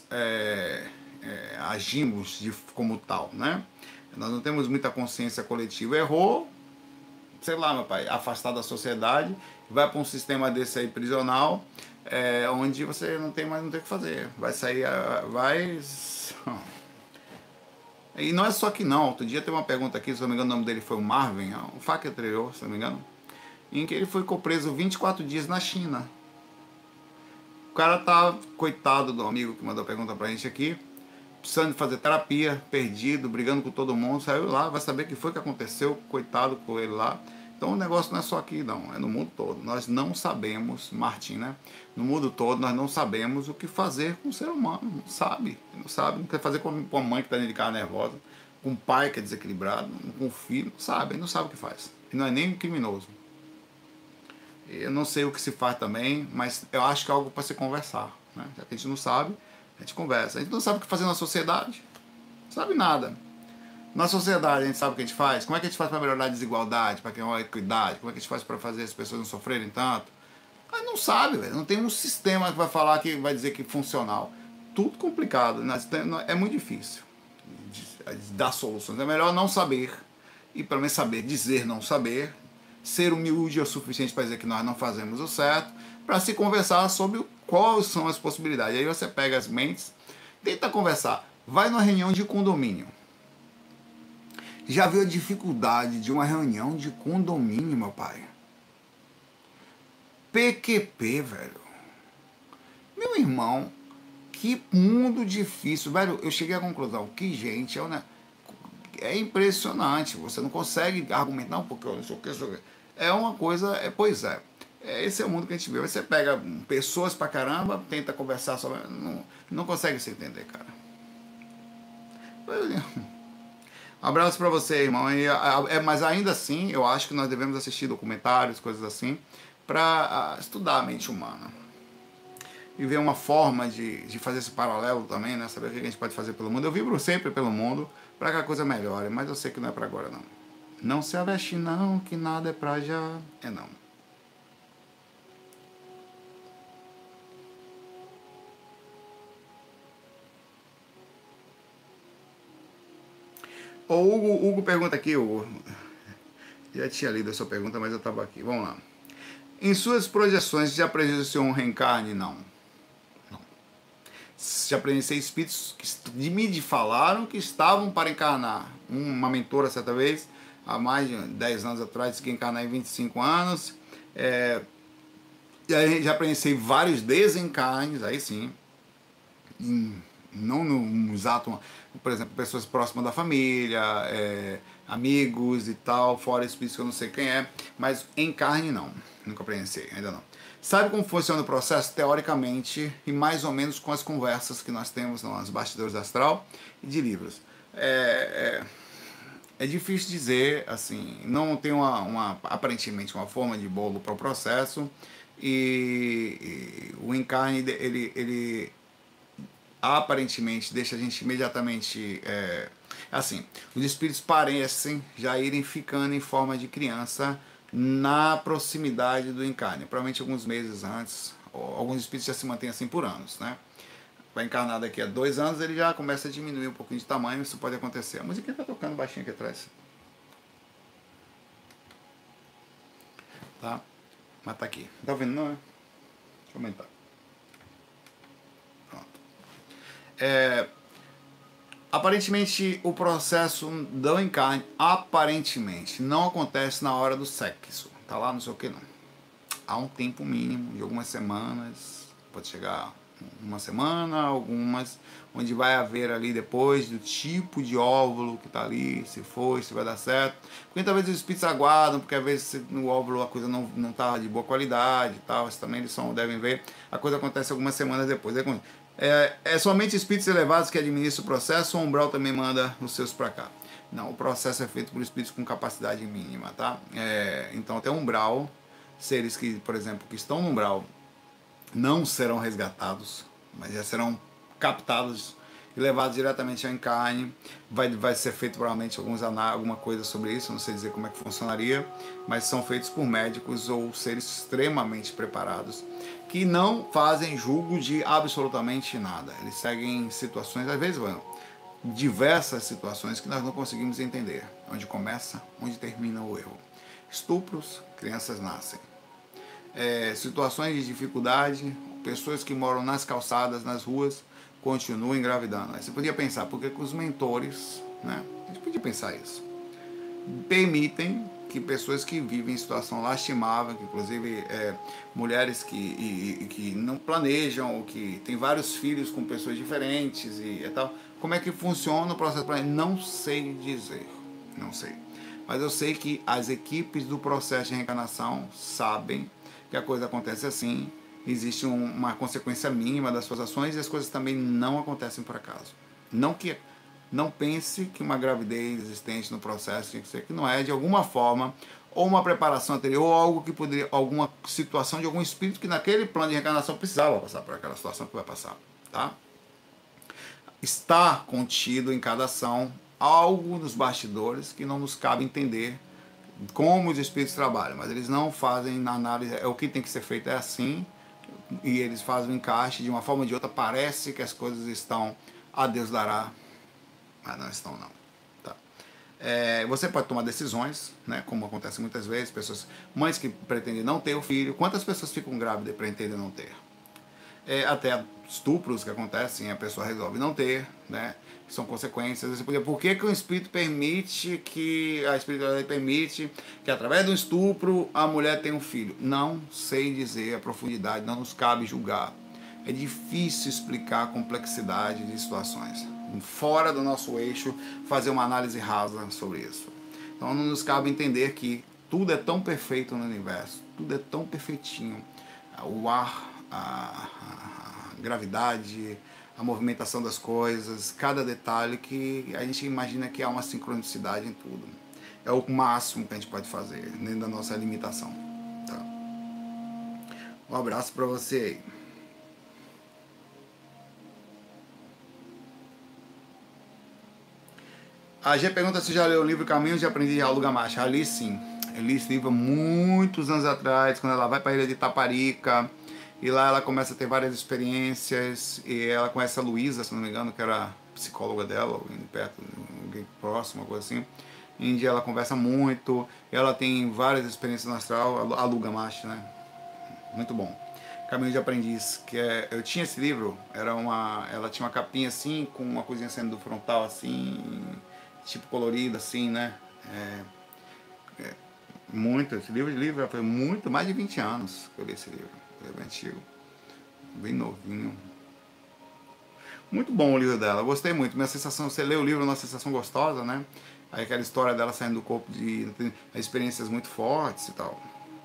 agimos como tal, né? Nós não temos muita consciência coletiva. Errou, sei lá, meu pai, afastado da sociedade, vai para um sistema desse aí prisional, onde você não tem o que fazer. Vai sair, E não é só que não. Outro dia tem uma pergunta aqui, se não me engano o nome dele foi o Marvin, um faca anterior, se não me engano, em que ele foi preso 24 dias na China. O cara tá, coitado do amigo que mandou a pergunta pra gente aqui, precisando de fazer terapia, perdido, brigando com todo mundo, saiu lá, vai saber o que foi que aconteceu, coitado com ele lá. Então o negócio não é só aqui não, é no mundo todo. Nós não sabemos, Martim, né? No mundo todo nós não sabemos o que fazer com o ser humano, não sabe, não quer fazer com a mãe que está dentro de casa nervosa, com o pai que é desequilibrado, com o filho, não sabe o que faz. E não é nem criminoso. Eu não sei o que se faz também, mas eu acho que é algo para se conversar, né? Já que a gente não sabe, a gente conversa. A gente não sabe o que fazer na sociedade, não sabe nada. Na sociedade a gente sabe o que a gente faz. Como é que a gente faz para melhorar a desigualdade, para criar uma equidade? Como é que a gente faz para fazer as pessoas não sofrerem tanto? Mas não sabe, velho. Não tem um sistema que vai falar, que vai dizer que é funcional. Tudo complicado, né? É muito difícil dar soluções. É melhor não saber, e pelo menos saber dizer não saber, ser humilde o suficiente para dizer que nós não fazemos o certo, para se conversar sobre quais são as possibilidades. Aí você pega as mentes, tenta conversar, vai numa reunião de condomínio. Já viu a dificuldade de uma reunião de condomínio, meu pai? PQP, velho. Meu irmão, que mundo difícil. Velho, eu cheguei à conclusão que, gente, é impressionante. Você não consegue argumentar, não, porque eu não sou o que, eu sou o que. É uma coisa, pois é. Esse é o mundo que a gente vê. Você pega pessoas pra caramba, tenta conversar sobre. Não consegue se entender, cara. Um abraço pra você, irmão. Mas ainda assim, eu acho que nós devemos assistir documentários, coisas assim, pra estudar a mente humana. E ver uma forma de fazer esse paralelo também, né? Saber o que a gente pode fazer pelo mundo. Eu vibro sempre pelo mundo para que a coisa melhore, mas eu sei que não é para agora, não. Não se aveste não, que nada é pra já. É não. O Hugo pergunta aqui, Hugo. Já tinha lido a sua pergunta, mas eu estava aqui. Vamos lá. Em suas projeções, já presenciou um reencarne? Não. Já presenciei espíritos que me falaram que estavam para encarnar. Uma mentora, certa vez, há mais de 10 anos atrás, disse que ia encarnar em 25 anos. E aí já presenciei vários desencarnes, aí sim. Não no exato, por exemplo, pessoas próximas da família, amigos e tal, fora espíritos que eu não sei quem é, mas em carne não, nunca presenciei, ainda não. Sabe como funciona o processo? Teoricamente, e mais ou menos com as conversas que nós temos nos bastidores astral e de livros. É difícil dizer, assim, não tem aparentemente uma forma de bolo para o processo, e o encarne, ele aparentemente deixa a gente imediatamente assim, os espíritos parecem já irem ficando em forma de criança na proximidade do encarne, provavelmente alguns meses antes. Alguns espíritos já se mantêm assim por anos, né? Vai encarnar daqui a 2 anos, ele já começa a diminuir um pouquinho de tamanho, isso pode acontecer. A música está tocando baixinho aqui atrás, tá? Mas tá aqui, tá ouvindo não, é? Deixa eu aumentar. Aparentemente, o processo do encarne, aparentemente, não acontece na hora do sexo. Tá lá, não sei o que não. Há um tempo mínimo, de algumas semanas, pode chegar uma semana, algumas, onde vai haver ali depois do tipo de óvulo que tá ali, se vai dar certo. Porque talvez os espíritos aguardam, porque às vezes no óvulo a coisa não tá de boa qualidade e tal, isso também eles devem ver. A coisa acontece algumas semanas depois. É somente espíritos elevados que administram o processo, ou o umbral também manda os seus para cá? Não, o processo é feito por espíritos com capacidade mínima, tá? Então até o umbral, seres que, por exemplo, que estão no umbral, não serão resgatados, mas já serão captados e levados diretamente ao encarne. Vai ser feito provavelmente alguma coisa sobre isso, não sei dizer como é que funcionaria, mas são feitos por médicos ou seres extremamente preparados, que não fazem julgo de absolutamente nada. Eles seguem situações, às vezes, diversas situações que nós não conseguimos entender. Onde começa, onde termina o erro. Estupros, crianças nascem. Situações de dificuldade, pessoas que moram nas calçadas, nas ruas, continuam engravidando. Aí você podia pensar, por que os mentores, né? A gente podia pensar isso. Permitem que pessoas que vivem em situação lastimável, que inclusive mulheres que não planejam, que têm vários filhos com pessoas diferentes e tal, como é que funciona o processo? Não sei dizer, não sei. Mas eu sei que as equipes do processo de reencarnação sabem que a coisa acontece assim, existe uma consequência mínima das suas ações e as coisas também não acontecem por acaso. Não pense que uma gravidez existente no processo tinha que ser, que não é, de alguma forma, ou uma preparação anterior, ou algo que poderia, alguma situação de algum espírito que naquele plano de reencarnação precisava passar por aquela situação que vai passar, tá? Está contido em cada ação algo nos bastidores que não nos cabe entender como os espíritos trabalham, mas eles não fazem na análise, o que tem que ser feito é assim, e eles fazem o encaixe de uma forma ou de outra, parece que as coisas estão a Deus dará, mas não estão não. Tá? Você pode tomar decisões, né, como acontece muitas vezes, mães que pretendem não ter o filho. Quantas pessoas ficam grávidas e pretendem não ter? Até estupros que acontecem, a pessoa resolve não ter, né? São consequências. Por que o Espírito permite a espiritualidade permite que através do estupro a mulher tenha um filho? Não sei dizer a profundidade, não nos cabe julgar. É difícil explicar a complexidade de situações. Fora do nosso eixo, fazer uma análise rasa sobre isso. Então não nos cabe entender que tudo é tão perfeito no universo, tudo é tão perfeitinho. O ar, a gravidade, a movimentação das coisas, cada detalhe, que a gente imagina que há uma sincronicidade em tudo. É o máximo que a gente pode fazer, dentro da nossa limitação. Tá? Um abraço para você aí. A G pergunta se já leu o livro Caminhos de Aprendiz de Raul Gamache. Já li sim. Eu li esse livro há muitos anos atrás, quando ela vai para a ilha de Itaparica. E lá ela começa a ter várias experiências. E ela conhece a Luísa, se não me engano, que era a psicóloga dela, alguém perto, alguém próximo, uma coisa assim. Em dia ela conversa muito. E ela tem várias experiências no astral. A Lu Gamache, né? Muito bom. Caminho de Aprendiz, eu tinha esse livro, ela tinha uma capinha assim, com uma coisinha saindo do frontal assim, tipo colorido assim, né? Esse livro foi muito, mais de 20 anos que eu li esse livro, é bem antigo, bem novinho. Muito bom o livro dela, eu gostei muito. Minha sensação, você lê o livro, é uma sensação gostosa, né? Aí aquela história dela saindo do corpo, de experiências muito fortes e tal.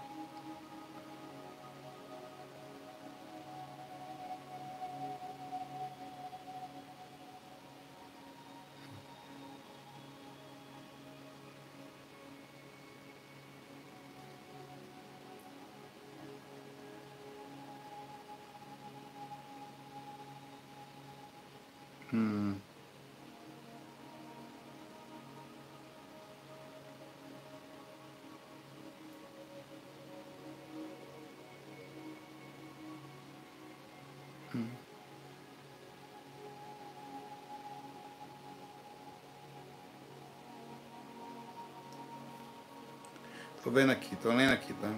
Tô vendo aqui, tô lendo aqui, tá?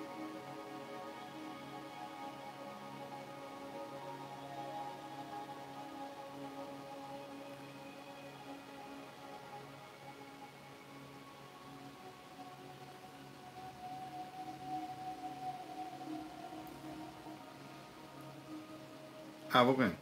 Vou ver.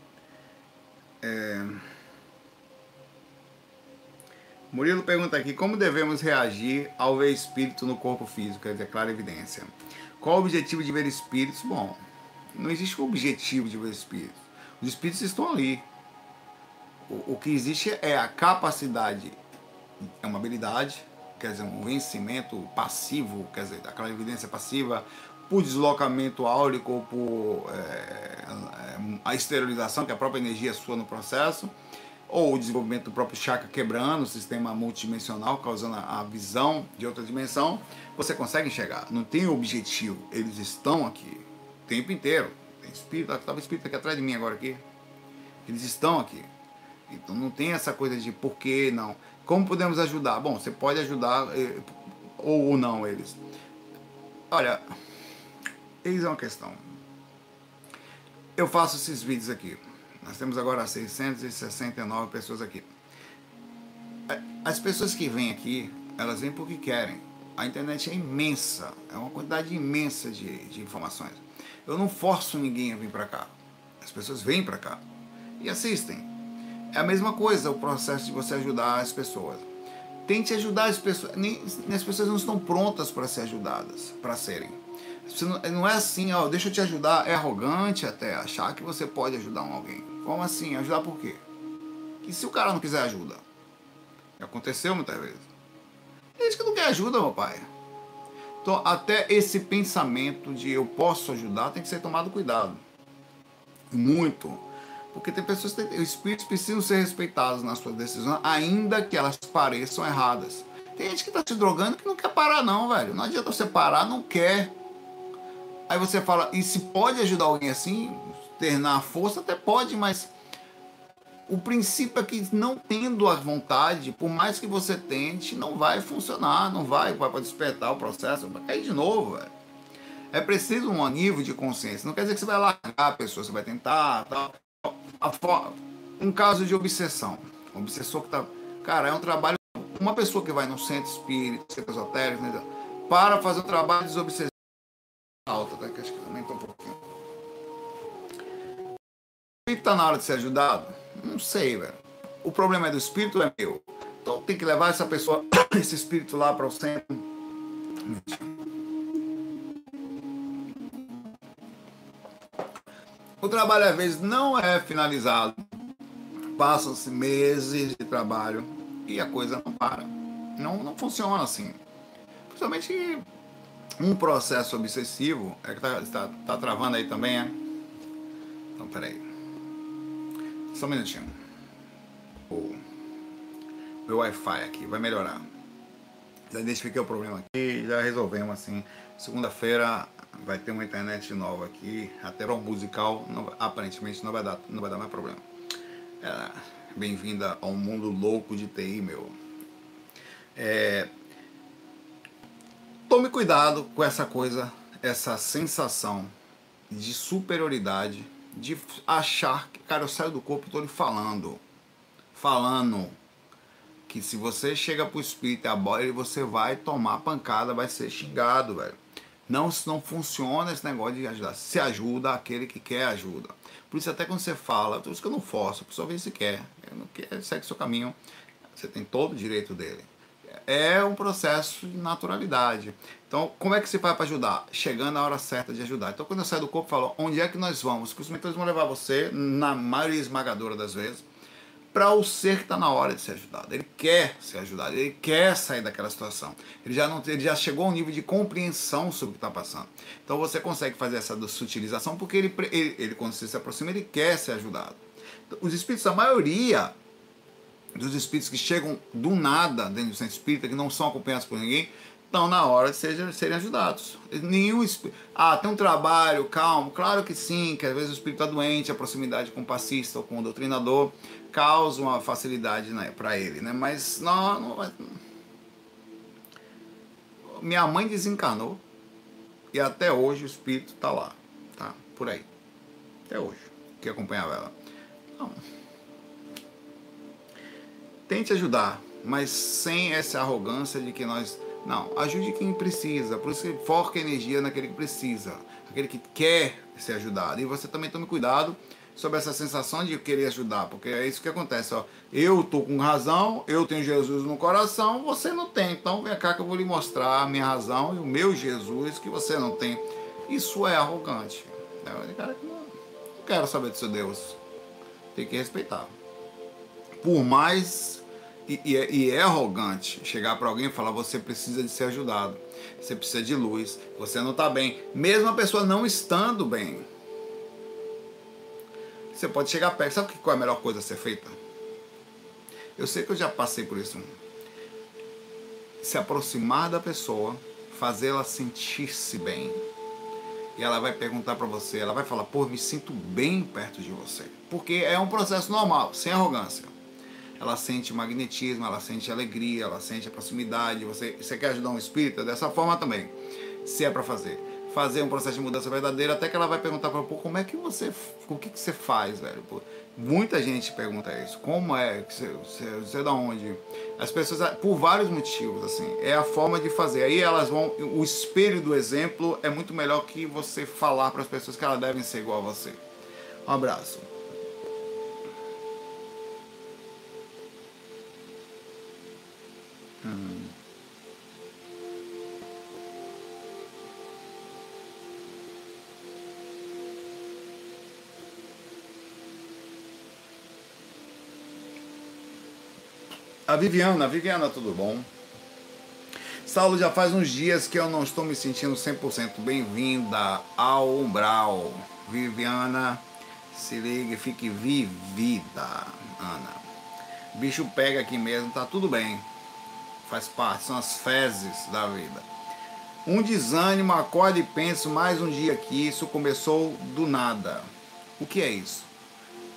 Murilo pergunta aqui, como devemos reagir ao ver espírito no corpo físico? Quer dizer, clara evidência. Qual o objetivo de ver espíritos? Bom, não existe um objetivo de ver espíritos. Os espíritos estão ali. O que existe é a capacidade, é uma habilidade, quer dizer, um vencimento passivo, quer dizer, aquela evidência passiva, por deslocamento áurico ou por a esterilização, que é a própria energia sua no processo, ou o desenvolvimento do próprio chakra quebrando o sistema multidimensional, causando a visão de outra dimensão, você consegue enxergar. Não tem objetivo, eles estão aqui o tempo inteiro. Tem espírito, estava espírito aqui atrás de mim agora aqui. Eles estão aqui. Então não tem essa coisa de por que não. Como podemos ajudar? Bom, você pode ajudar ou não eles. Olha, eis é uma questão. Eu faço esses vídeos aqui. Nós temos agora 669 pessoas aqui. As pessoas que vêm aqui, elas vêm porque querem. A internet é imensa, é uma quantidade imensa de informações. Eu não forço ninguém a vir para cá. As pessoas vêm para cá e assistem. É a mesma coisa o processo de você ajudar as pessoas. Tente ajudar as pessoas. As pessoas não estão prontas para ser ajudadas, para serem. Não é assim, ó, deixa eu te ajudar. É arrogante até achar que você pode ajudar alguém. Como assim? Ajudar por quê? E se o cara não quiser ajuda? Aconteceu muitas vezes. Tem gente que não quer ajuda, meu pai. Então, até esse pensamento de eu posso ajudar tem que ser tomado cuidado. Muito. Porque tem pessoas que os espíritos precisam ser respeitados nas suas decisões, ainda que elas pareçam erradas. Tem gente que está se drogando que não quer parar não, velho. Não adianta você parar, não quer. Aí você fala, e se pode ajudar alguém assim, ter na força, até pode, mas O princípio é que não tendo a vontade, por mais que você tente, não vai funcionar, não vai despertar o processo, vai cair de novo, velho. É preciso um nível de consciência. Não quer dizer que você vai largar a pessoa, você vai tentar, tal. Um caso de obsessão. Um obsessor que tá... Cara, é um trabalho... Uma pessoa que vai no centro espírita, centro esotérico, né, para fazer o trabalho de desobsessão alta, tá? Que acho que também tá um pouquinho. O espírito tá na hora de ser ajudado? Não sei, velho. O problema é do espírito ou é meu? Então tem que levar essa pessoa, esse espírito lá para o centro. O trabalho às vezes não é finalizado. Passam-se meses de trabalho e a coisa não para. Não funciona assim. Principalmente um processo obsessivo. É que tá travando aí também, é? Então, peraí. Só um minutinho. O meu Wi-Fi aqui vai melhorar. Já identifiquei o problema aqui, já resolvemos assim. Segunda-feira vai ter uma internet nova aqui. Até o musical aparentemente não vai dar mais problema. Bem-vinda ao mundo louco de TI, meu. Tome cuidado com essa coisa, essa sensação de superioridade, de achar que, cara, eu saio do corpo e tô lhe falando que se você chega pro espírito e aborda, você vai tomar pancada, vai ser xingado, velho. Não funciona esse negócio de ajudar. Se ajuda aquele que quer ajuda. Por isso até quando você fala, por isso que eu não forço, a pessoa vê se quer. Não quer, segue seu caminho. Você tem todo o direito dele. É um processo de naturalidade. Então, como é que você faz para ajudar? Chegando a hora certa de ajudar. Então, quando eu saio do corpo, eu falo, onde é que nós vamos? Porque os mentores vão levar você, na maioria esmagadora das vezes, para o ser que está na hora de ser ajudado. Ele quer ser ajudado, ele quer sair daquela situação. Ele já chegou a um nível de compreensão sobre o que está passando. Então você consegue fazer essa sutilização porque ele quando você se aproxima, ele quer ser ajudado. Os espíritos, a maioria dos espíritos que chegam do nada dentro do centro espírita, que não são acompanhados por ninguém, estão na hora de serem ajudados. Nenhum espírito... tem um trabalho, calmo. Claro que sim, que às vezes o espírito está doente, a proximidade com o passista ou com o doutrinador causa uma facilidade, né, para ele, né? Mas não vai... Minha mãe desencarnou e até hoje o espírito está lá, tá? Por aí. Até hoje, que acompanhava ela. Não. Tente ajudar, mas sem essa arrogância de que nós... Não, ajude quem precisa, por isso que foca energia naquele que precisa, aquele que quer ser ajudado. E você também tome cuidado sobre essa sensação de querer ajudar, porque é isso que acontece, ó. Eu tô com razão, eu tenho Jesus no coração, você não tem, então vem cá que eu vou lhe mostrar a minha razão e o meu Jesus que você não tem. Isso é arrogante. Cara, não quero saber do seu Deus, tem que respeitar. Por mais... E é arrogante chegar para alguém e falar, você precisa de ser ajudado, você precisa de luz, você não está bem, mesmo a pessoa não estando bem. Você pode chegar perto. Sabe qual é a melhor coisa a ser feita? Eu sei que eu já passei por isso. Se aproximar da pessoa, fazê-la sentir-se bem. E ela vai perguntar para você, ela vai falar, pô, me sinto bem perto de você. Porque é um processo normal, sem arrogância. Ela sente magnetismo, ela sente alegria, ela sente a proximidade. Você quer ajudar um espírito? Dessa forma também. Se é para fazer um processo de mudança verdadeira, até que ela vai perguntar para pô, como é que você, o que você faz, velho? Pô, muita gente pergunta isso. Como é? Você é da onde? As pessoas, por vários motivos, assim, é a forma de fazer. Aí elas vão, o espelho do exemplo é muito melhor que você falar para as pessoas que elas devem ser igual a você. Um abraço. A Viviana, tudo bom? Saulo, já faz uns dias que eu não estou me sentindo 100%. Bem-vinda ao Umbral. Viviana, se ligue, fique vivida, Ana. O bicho pega aqui mesmo, tá tudo bem. Faz parte, são as fezes da vida. Um desânimo, acordo e penso mais um dia aqui, isso começou do nada. O que é isso?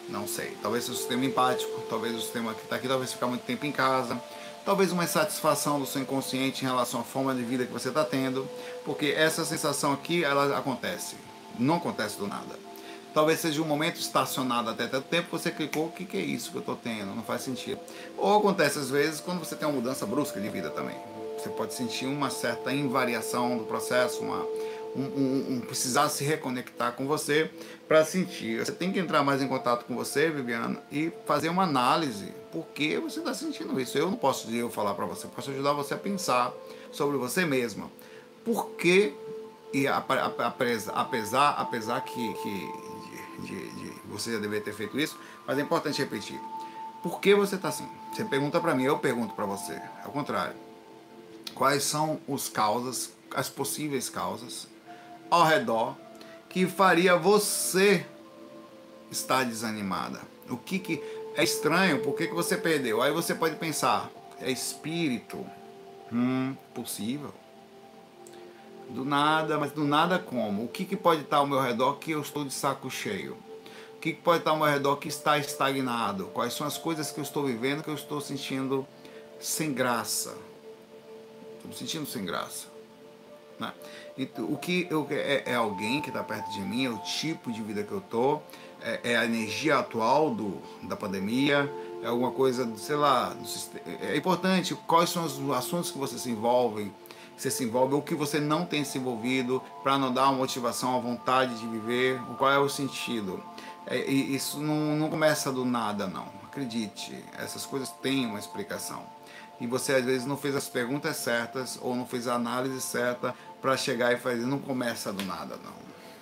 Não sei. Talvez seu sistema empático, talvez o sistema que está aqui, talvez ficar muito tempo em casa, talvez uma insatisfação do seu inconsciente em relação à forma de vida que você está tendo, porque essa sensação aqui, ela acontece, não acontece do nada. Talvez seja um momento estacionado até tanto tempo que você clicou, o que é isso que eu estou tendo? Não faz sentido. Ou acontece às vezes quando você tem uma mudança brusca de vida também. Você pode sentir uma certa invariação do processo, precisar se reconectar com você para sentir. Você tem que entrar mais em contato com você, Viviana, e fazer uma análise. Por que você está sentindo isso? Eu não posso falar para você, posso ajudar você a pensar sobre você mesma. Por que, e apesar de você já deveria ter feito isso, mas é importante repetir. Por que você está assim? Você pergunta para mim, eu pergunto para você. Ao contrário. Quais são as possíveis causas ao redor que faria você estar desanimada? O que é estranho? Por que você perdeu? Aí você pode pensar, é espírito? Possível. Do nada, mas do nada como? O que pode estar ao meu redor que eu estou de saco cheio? O que pode estar ao meu redor que está estagnado? Quais são as coisas que eu estou vivendo que eu estou sentindo sem graça? Estou me sentindo sem graça. Né? Então, é alguém que está perto de mim, é o tipo de vida que eu estou, é a energia atual da pandemia, é alguma coisa, sei lá, é importante quais são os assuntos que você se envolve, ou que você não tem se envolvido, para não dar uma motivação, a vontade de viver, qual é o sentido. Isso não começa do nada, não. Acredite, essas coisas têm uma explicação. E você às vezes não fez as perguntas certas ou não fez a análise certa para chegar e fazer. Não começa do nada, não.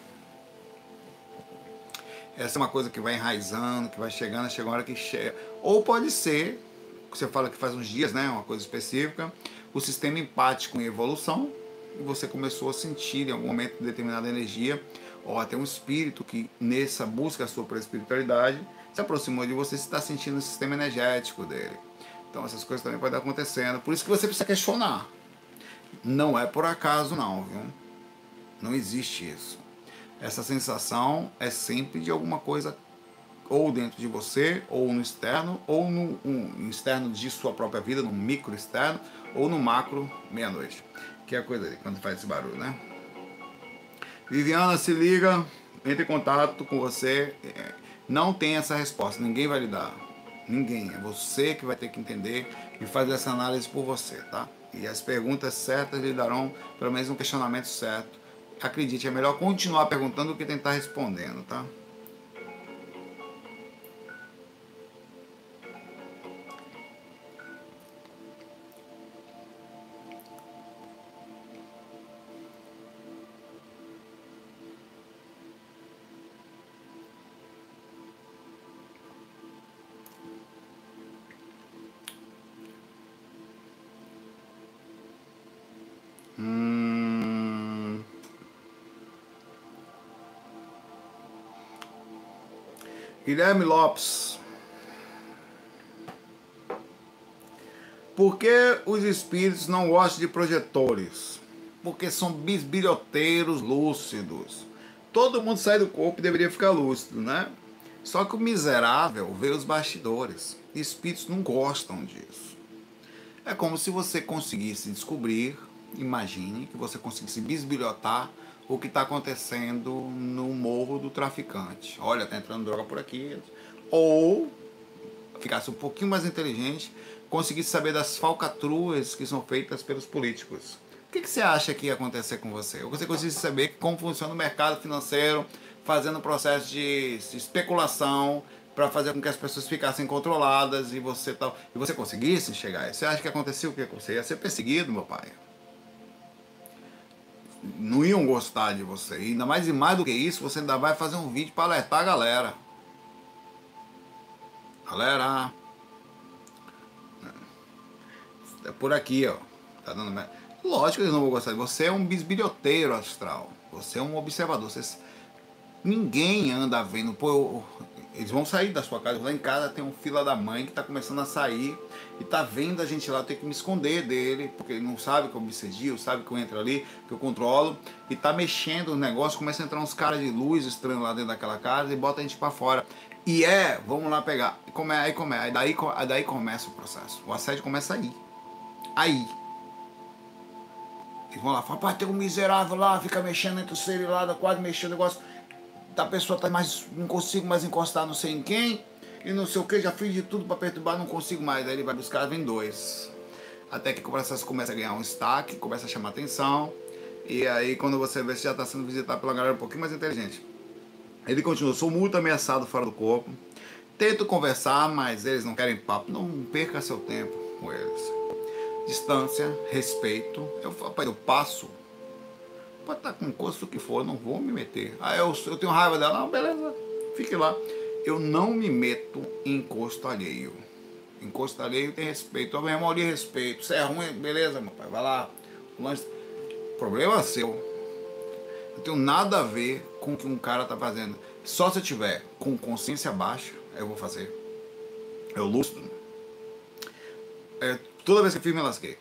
Essa é uma coisa que vai enraizando, que vai chegando, chega uma hora que chega. Ou pode ser, você fala que faz uns dias, né, uma coisa específica, o sistema empático em evolução, e você começou a sentir em algum momento determinada energia, ou até um espírito que nessa busca sua por espiritualidade se aproximou de você, se está sentindo o sistema energético dele. Então essas coisas também podem estar acontecendo. Por isso que você precisa questionar. Não é por acaso não, viu? Não existe isso. Essa sensação é sempre de alguma coisa ou dentro de você, ou no externo, ou no externo de sua própria vida, no micro externo, ou no macro meia-noite. Que é a coisa ali, quando faz esse barulho, né? Viviana, se liga, entre em contato com você. Não tem essa resposta, ninguém vai lhe dar. Ninguém, é você que vai ter que entender e fazer essa análise por você, tá? E as perguntas certas lhe darão pelo menos um questionamento certo. Acredite, é melhor continuar perguntando do que tentar respondendo, tá? Guilherme Lopes. Por que os espíritos não gostam de projetores? Porque são bisbilhoteiros lúcidos. Todo mundo sai do corpo e deveria ficar lúcido, né? Só que o miserável vê os bastidores. Espíritos não gostam disso. É como se você conseguisse descobrir, imagine que você conseguisse bisbilhotar o que está acontecendo no morro do traficante. Olha, está entrando droga por aqui. Ou ficasse um pouquinho mais inteligente, conseguisse saber das falcatruas que são feitas pelos políticos. O que você acha que ia acontecer com você? Ou você conseguisse saber como funciona o mercado financeiro, fazendo um processo de especulação para fazer com que as pessoas ficassem controladas e você conseguisse chegar a isso. Você acha que aconteceu o que você ia ser perseguido, meu pai? Não iam gostar de você. E ainda mais do que isso, você ainda vai fazer um vídeo para alertar a galera. Galera, é por aqui, ó. Tá dando... Lógico que eles não vão gostar de você. É um bisbilhoteiro astral. Você é um observador. Ninguém anda vendo. Pô, eles vão sair da sua casa. Lá em casa tem um fila da mãe que tá começando a sair e tá vendo a gente lá. Eu tenho que me esconder dele, porque ele não sabe que eu obsedio, sabe que eu entro ali, que eu controlo. E tá mexendo o negócio, começa a entrar uns caras de luz estranhos lá dentro daquela casa e bota a gente pra fora. E vamos lá pegar. Aí daí começa o processo. O assédio começa aí. Aí. Eles vão lá, falam, pá, tem um miserável lá, fica mexendo entre o ser e lá, quase mexendo o negócio. A pessoa tá mais, não consigo mais encostar não sei em quem, e não sei o que, já fiz de tudo pra perturbar, não consigo mais. Aí ele vai buscar, vem dois. Até que o processo começa a ganhar um destaque, começa a chamar atenção. E aí quando você vê, você já tá sendo visitado pela galera um pouquinho mais inteligente. Ele continua, sou muito ameaçado fora do corpo. Tento conversar, mas eles não querem papo. Não perca seu tempo com eles. Distância, respeito. Eu falo, pai, eu passo. Pode estar com custo que for, eu não vou me meter. Ah, eu tenho raiva dela. Não, beleza, fique lá. Eu não me meto em encosto alheio. Encosto alheio tem respeito. Eu mesmo ali respeito. Se é ruim, beleza, meu pai, vai lá. O problema é seu. Não tenho nada a ver com o que um cara tá fazendo. Só se eu tiver com consciência baixa, eu vou fazer. Eu lúcido. Toda vez que eu fiz, me lasquei.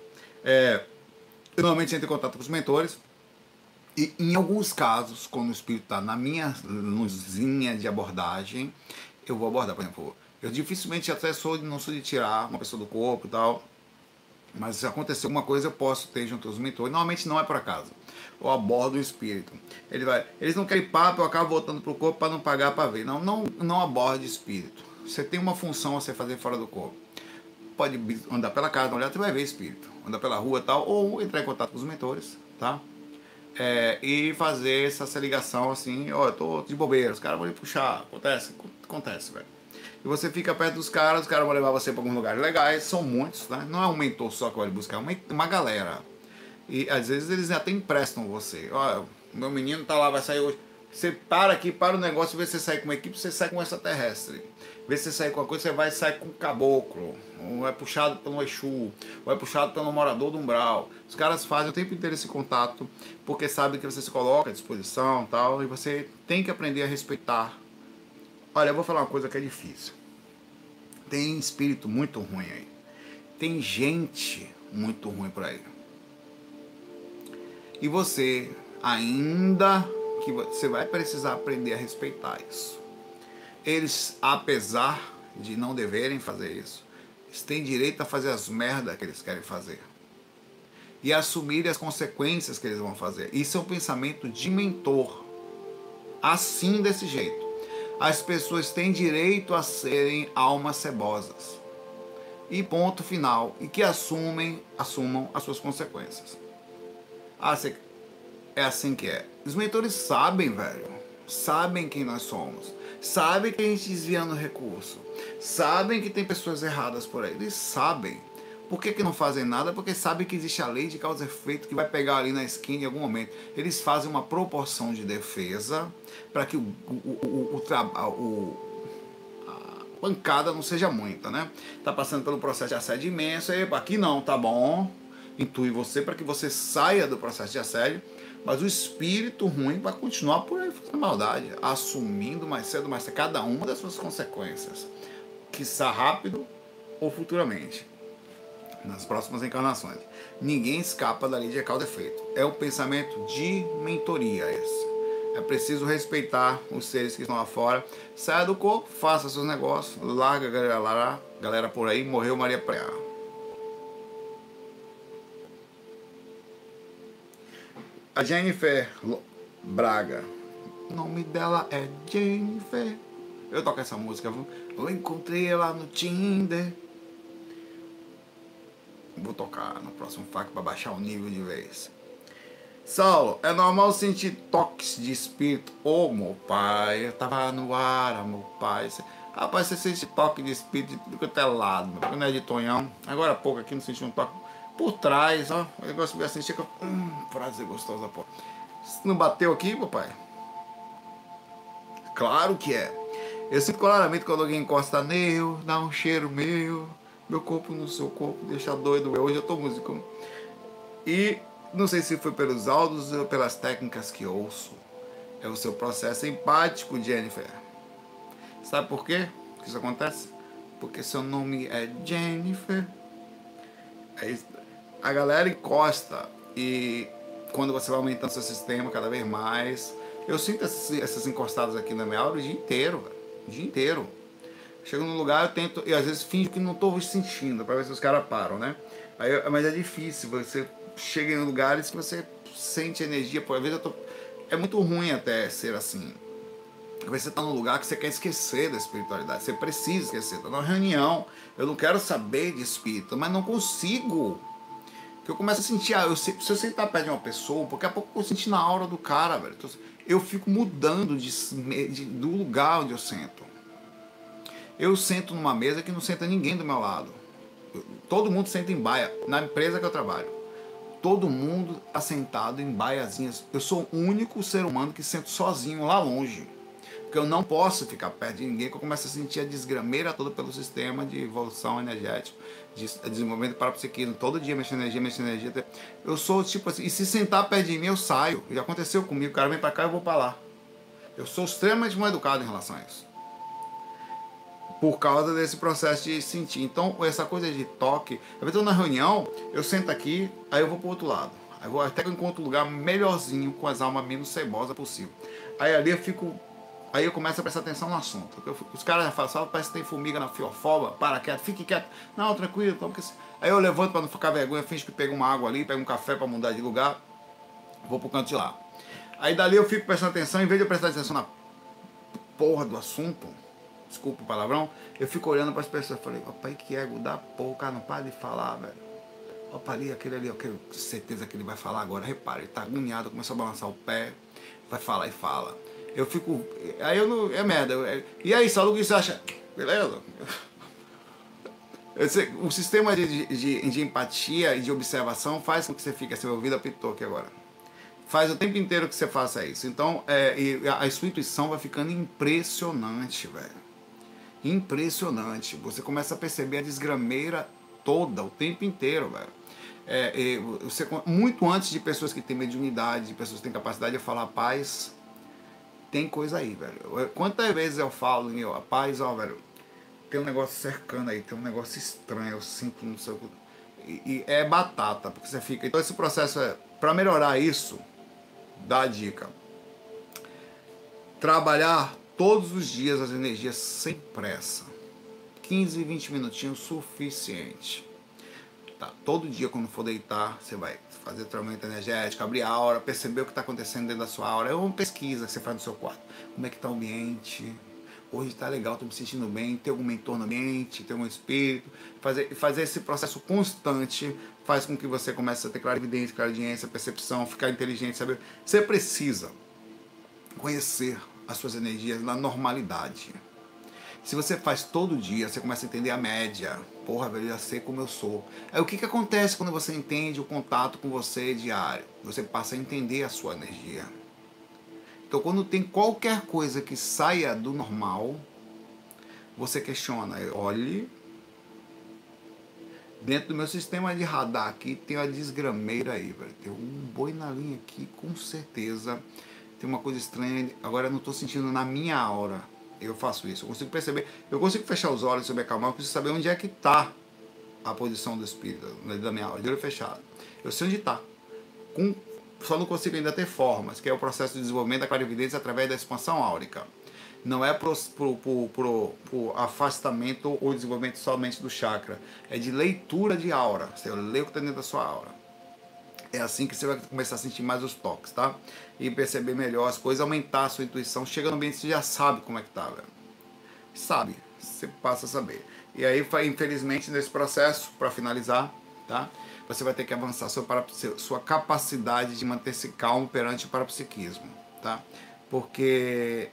Eu normalmente entro em contato com os mentores. E em alguns casos, quando o espírito está na minha luzinha de abordagem, eu vou abordar. Por exemplo, eu dificilmente até não sou de tirar uma pessoa do corpo e tal. Mas se acontecer alguma coisa, eu posso ter junto aos mentores. Normalmente não é por acaso. Eu abordo o espírito. Eles não querem papo, eu acabo voltando pro corpo para não pagar para ver. Não aborde espírito. Você tem uma função a você fazer fora do corpo. Pode andar pela casa, olhar, você vai ver espírito. Andar pela rua e tal, ou entrar em contato com os mentores, tá? E fazer essa ligação assim, ó, eu tô de bobeira, os caras vão lhe puxar, acontece, velho. E você fica perto dos caras vão levar você para alguns lugares legais, são muitos, né? Não é um mentor só que vai lhe buscar, é uma galera. E às vezes eles até emprestam você. Ó, meu menino tá lá, vai sair hoje. Você para aqui, para o negócio, vê se você sai com uma equipe, você sai com um extraterrestre. Vê se você sai com uma coisa, você vai sair com um caboclo. Ou é puxado pelo Exu, ou é puxado pelo morador do umbral. Os caras fazem o tempo inteiro esse contato, porque sabem que você se coloca à disposição e tal, e você tem que aprender a respeitar. Olha, eu vou falar uma coisa que é difícil. Tem espírito muito ruim aí. Tem gente muito ruim por aí. E você ainda que você vai precisar aprender a respeitar isso. Eles, apesar de não deverem fazer isso, eles têm direito a fazer as merdas que eles querem fazer. E assumir as consequências que eles vão fazer. Isso é um pensamento de mentor. Assim, desse jeito. As pessoas têm direito a serem almas cebosas. E ponto final. E que assumam as suas consequências. É assim que é. Os mentores sabem, velho. Sabem quem nós somos. Sabem que a gente desviando recurso. Sabem que tem pessoas erradas por aí. Eles sabem. Por que não fazem nada? Porque sabem que existe a lei de causa e efeito que vai pegar ali na esquina em algum momento. Eles fazem uma proporção de defesa para que a pancada não seja muita, né? Tá passando pelo processo de assédio imenso. Epa, aqui não, tá bom. Intui você para que você saia do processo de assédio. Mas o espírito ruim vai continuar por aí fazendo maldade, assumindo mais cedo, mais tarde, cada uma das suas consequências, quiçá rápido ou futuramente, nas próximas encarnações. Ninguém escapa da lei de causa e efeito. É o pensamento de mentoria esse. É preciso respeitar os seres que estão lá fora. Saia do corpo, faça seus negócios, larga a galera por aí, morreu Maria Praia. A Jennifer Braga. O nome dela é Jennifer. Eu toco essa música. Eu encontrei ela no Tinder. Vou tocar no próximo FAQ para baixar o nível de vez. Saulo, é normal sentir toques de espírito? Ô, meu pai, eu tava no ar, meu pai. Rapaz, você sente toque de espírito de tudo quanto é lado, não é de Tonhão. Agora há pouco aqui não senti um toque por trás, ó. O negócio assim, chega. Frase gostosa, pô. Não bateu aqui, papai? Claro que é. Eu sinto claramente quando alguém encosta nele, dá um cheiro meu corpo no seu corpo, deixa doido. Hoje eu tô músico. E não sei se foi pelos áudios ou pelas técnicas que ouço. É o seu processo empático, Jennifer. Sabe por quê que isso acontece? Porque seu nome é Jennifer. A galera encosta e quando você vai aumentando seu sistema cada vez mais, eu sinto essas encostadas aqui na minha aula o dia inteiro, velho. o dia inteiro. Chego num lugar, eu tento, e às vezes finjo que não estou sentindo, para ver se os caras param, né? Mas é difícil, você chega em lugares que você sente energia, às vezes é muito ruim até ser assim. Às vezes você está num lugar que você quer esquecer da espiritualidade, você precisa esquecer. Está numa reunião, eu não quero saber de espírito, mas não consigo. Porque eu começo a sentir, se eu sentar perto de uma pessoa, porque a pouco eu senti na aura do cara, velho. Eu fico mudando do lugar onde eu sento. Eu sento numa mesa que não senta ninguém do meu lado. Todo mundo senta em baia, na empresa que eu trabalho. Todo mundo assentado em baiazinhas. Eu sou o único ser humano que sento sozinho lá longe. Porque eu não posso ficar perto de ninguém, que eu começo a sentir a desgrameira toda pelo sistema de evolução energética, de desenvolvimento para psiquismo. Todo dia mexendo energia. Eu sou tipo assim, e se sentar perto de mim, eu saio. Já aconteceu comigo, o cara vem para cá, eu vou para lá. Eu sou extremamente mal educado em relação a isso. Por causa desse processo de sentir. Então, essa coisa de toque, eu estou na reunião, eu sento aqui, aí eu vou para o outro lado. Aí eu até que eu encontro um lugar melhorzinho, com as almas menos cebosas possível. Aí ali eu fico. Aí eu começo a prestar atenção no assunto. Os caras já falam, parece que tem formiga na fiofoba, para quieto, fique quieto. Não, tranquilo. Aí eu levanto para não ficar vergonha, finge que pego uma água ali, pego um café para mudar de lugar, vou pro canto de lá. Aí dali eu fico prestando atenção, em vez de eu prestar atenção na porra do assunto, desculpa o palavrão, eu fico olhando para as pessoas e falei, opa, que ego da porra, o cara não para de falar, velho. Opa, ali, aquele ali, eu tenho certeza que ele vai falar agora. Repara, ele tá agoniado, começou a balançar o pé, vai falar e fala. Eu fico. Aí eu não. É merda. E aí, Saulo, o que você acha? Beleza? O sistema de empatia e de observação faz com que você fique assim, meu ouvido apitou aqui agora. Faz o tempo inteiro que você faça isso. Então, a sua intuição vai ficando impressionante, velho. Impressionante. Você começa a perceber a desgrameira toda, o tempo inteiro, velho. Muito antes de pessoas que têm mediunidade, de pessoas que têm capacidade de falar paz. Tem coisa aí, velho. Quantas vezes eu falo, rapaz, ó, velho, tem um negócio cercando aí, tem um negócio estranho, eu sinto no seu. E é batata, porque você fica. Então esse processo para melhorar isso, dá a dica. Trabalhar todos os dias as energias sem pressa. 15, 20 minutinhos suficiente. Tá, todo dia quando for deitar, você vai fazer tratamento energético, abrir a aura, perceber o que está acontecendo dentro da sua aura. É uma pesquisa que você faz no seu quarto. Como é que está o ambiente? Hoje está legal, estou me sentindo bem. Tem algum mentor no ambiente, tem algum espírito. Fazer esse processo constante faz com que você comece a ter clarividência, clariaudiência, percepção, ficar inteligente, saber. Você precisa conhecer as suas energias na normalidade. Se você faz todo dia, você começa a entender a média. Porra, velho, eu já sei como eu sou. Aí o que acontece quando você entende o contato com você diário? Você passa a entender a sua energia. Então, quando tem qualquer coisa que saia do normal, você questiona. Olhe, dentro do meu sistema de radar aqui, tem uma desgrameira aí, velho. Tem um boi na linha aqui, com certeza. Tem uma coisa estranha. Agora eu não estou sentindo na minha aura. Eu faço isso, eu consigo perceber, eu consigo fechar os olhos e me acalmar, eu preciso saber onde é que está a posição do espírito, da minha aura, de olho fechado. Eu sei onde está. Só não consigo ainda ter formas, que é o processo de desenvolvimento da clarividência através da expansão áurica. Não é pro afastamento ou desenvolvimento somente do chakra, é de leitura de aura. Você lê o que está dentro da sua aura. É assim que você vai começar a sentir mais os toques, tá? E perceber melhor as coisas, aumentar a sua intuição. Chega no ambiente, você já sabe como é que tá, velho. Sabe, você passa a saber. E aí, infelizmente, nesse processo, para finalizar, tá? Você vai ter que avançar sua capacidade de manter-se calmo perante o parapsiquismo, tá? Porque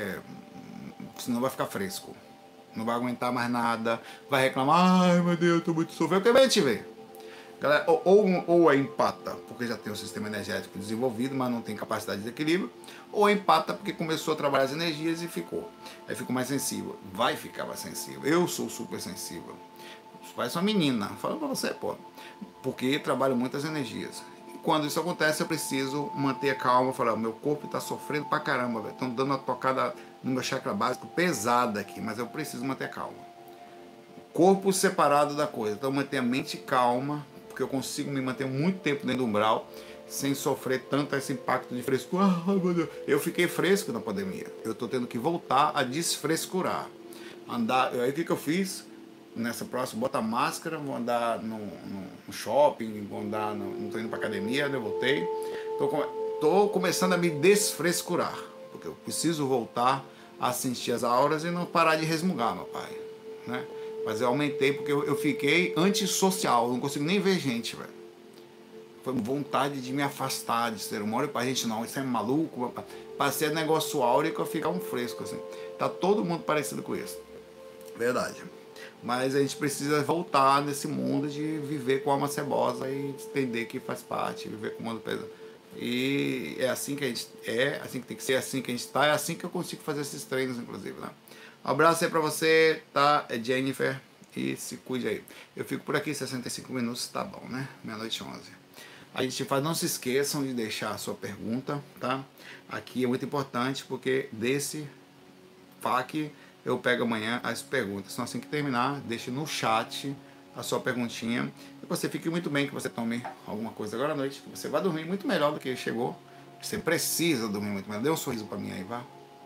senão vai ficar fresco. Não vai aguentar mais nada, vai reclamar, ai meu Deus, eu tô muito sofrendo, porque vai te ver. Galera, ou é empata, porque já tem um sistema energético desenvolvido, mas não tem capacidade de equilíbrio, ou é empata porque começou a trabalhar as energias e ficou. Aí ficou mais sensível. Vai ficar mais sensível. Eu sou super sensível. Os pais são menina. Fala pra você, pô. Porque trabalho muitas energias. E quando isso acontece, eu preciso manter a calma. Falar, meu corpo tá sofrendo pra caramba, velho. Estão dando uma tocada no meu chakra básico pesada aqui, mas eu preciso manter a calma. Corpo separado da coisa. Então manter a mente calma, porque eu consigo me manter muito tempo dentro do umbral. sem sofrer tanto esse impacto de frescura. Ah, meu Deus. Eu fiquei fresco na pandemia. Eu estou tendo que voltar a desfrescurar. Andar, aí o que eu fiz? Nessa próxima, botar máscara, vou andar no shopping, vou andar, não estou indo para academia, eu voltei. Tô começando a me desfrescurar, porque eu preciso voltar a sentir as auras e não parar de resmungar, meu pai, né? Mas eu aumentei porque eu fiquei antissocial, eu não consigo nem ver gente, velho. Foi vontade de me afastar de ser humano para a gente, não, isso é maluco, passei negócio áureo que eu ficar um fresco, assim. Tá todo mundo parecido com isso, verdade. Mas a gente precisa voltar nesse mundo de viver com alma cebosa e entender que faz parte, viver com o mundo pesado. E é assim que a gente é, assim que tem que ser, assim que a gente está, é assim que eu consigo fazer esses treinos, inclusive, né? Um abraço aí pra você, tá? É Jennifer, e se cuide aí. Eu fico por aqui 65 minutos, tá bom, né? Meia-noite 11. A gente faz, não se esqueçam de deixar a sua pergunta, tá? Aqui é muito importante porque desse FAQ eu pego amanhã as perguntas. Então assim que terminar, deixe no chat a sua perguntinha. E você fique muito bem, que você tome alguma coisa agora à noite, que você vai dormir muito melhor do que chegou. Você precisa dormir muito melhor. Dê um sorriso para mim aí, vá.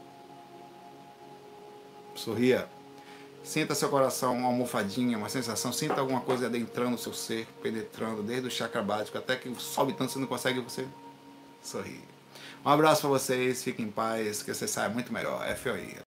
Sorria. Sinta seu coração, uma almofadinha, uma sensação. Sinta alguma coisa adentrando no seu ser, penetrando desde o chakra básico até que sobe tanto que você não consegue, você sorrir. Um abraço para vocês, fiquem em paz, que você saia muito melhor. FOI.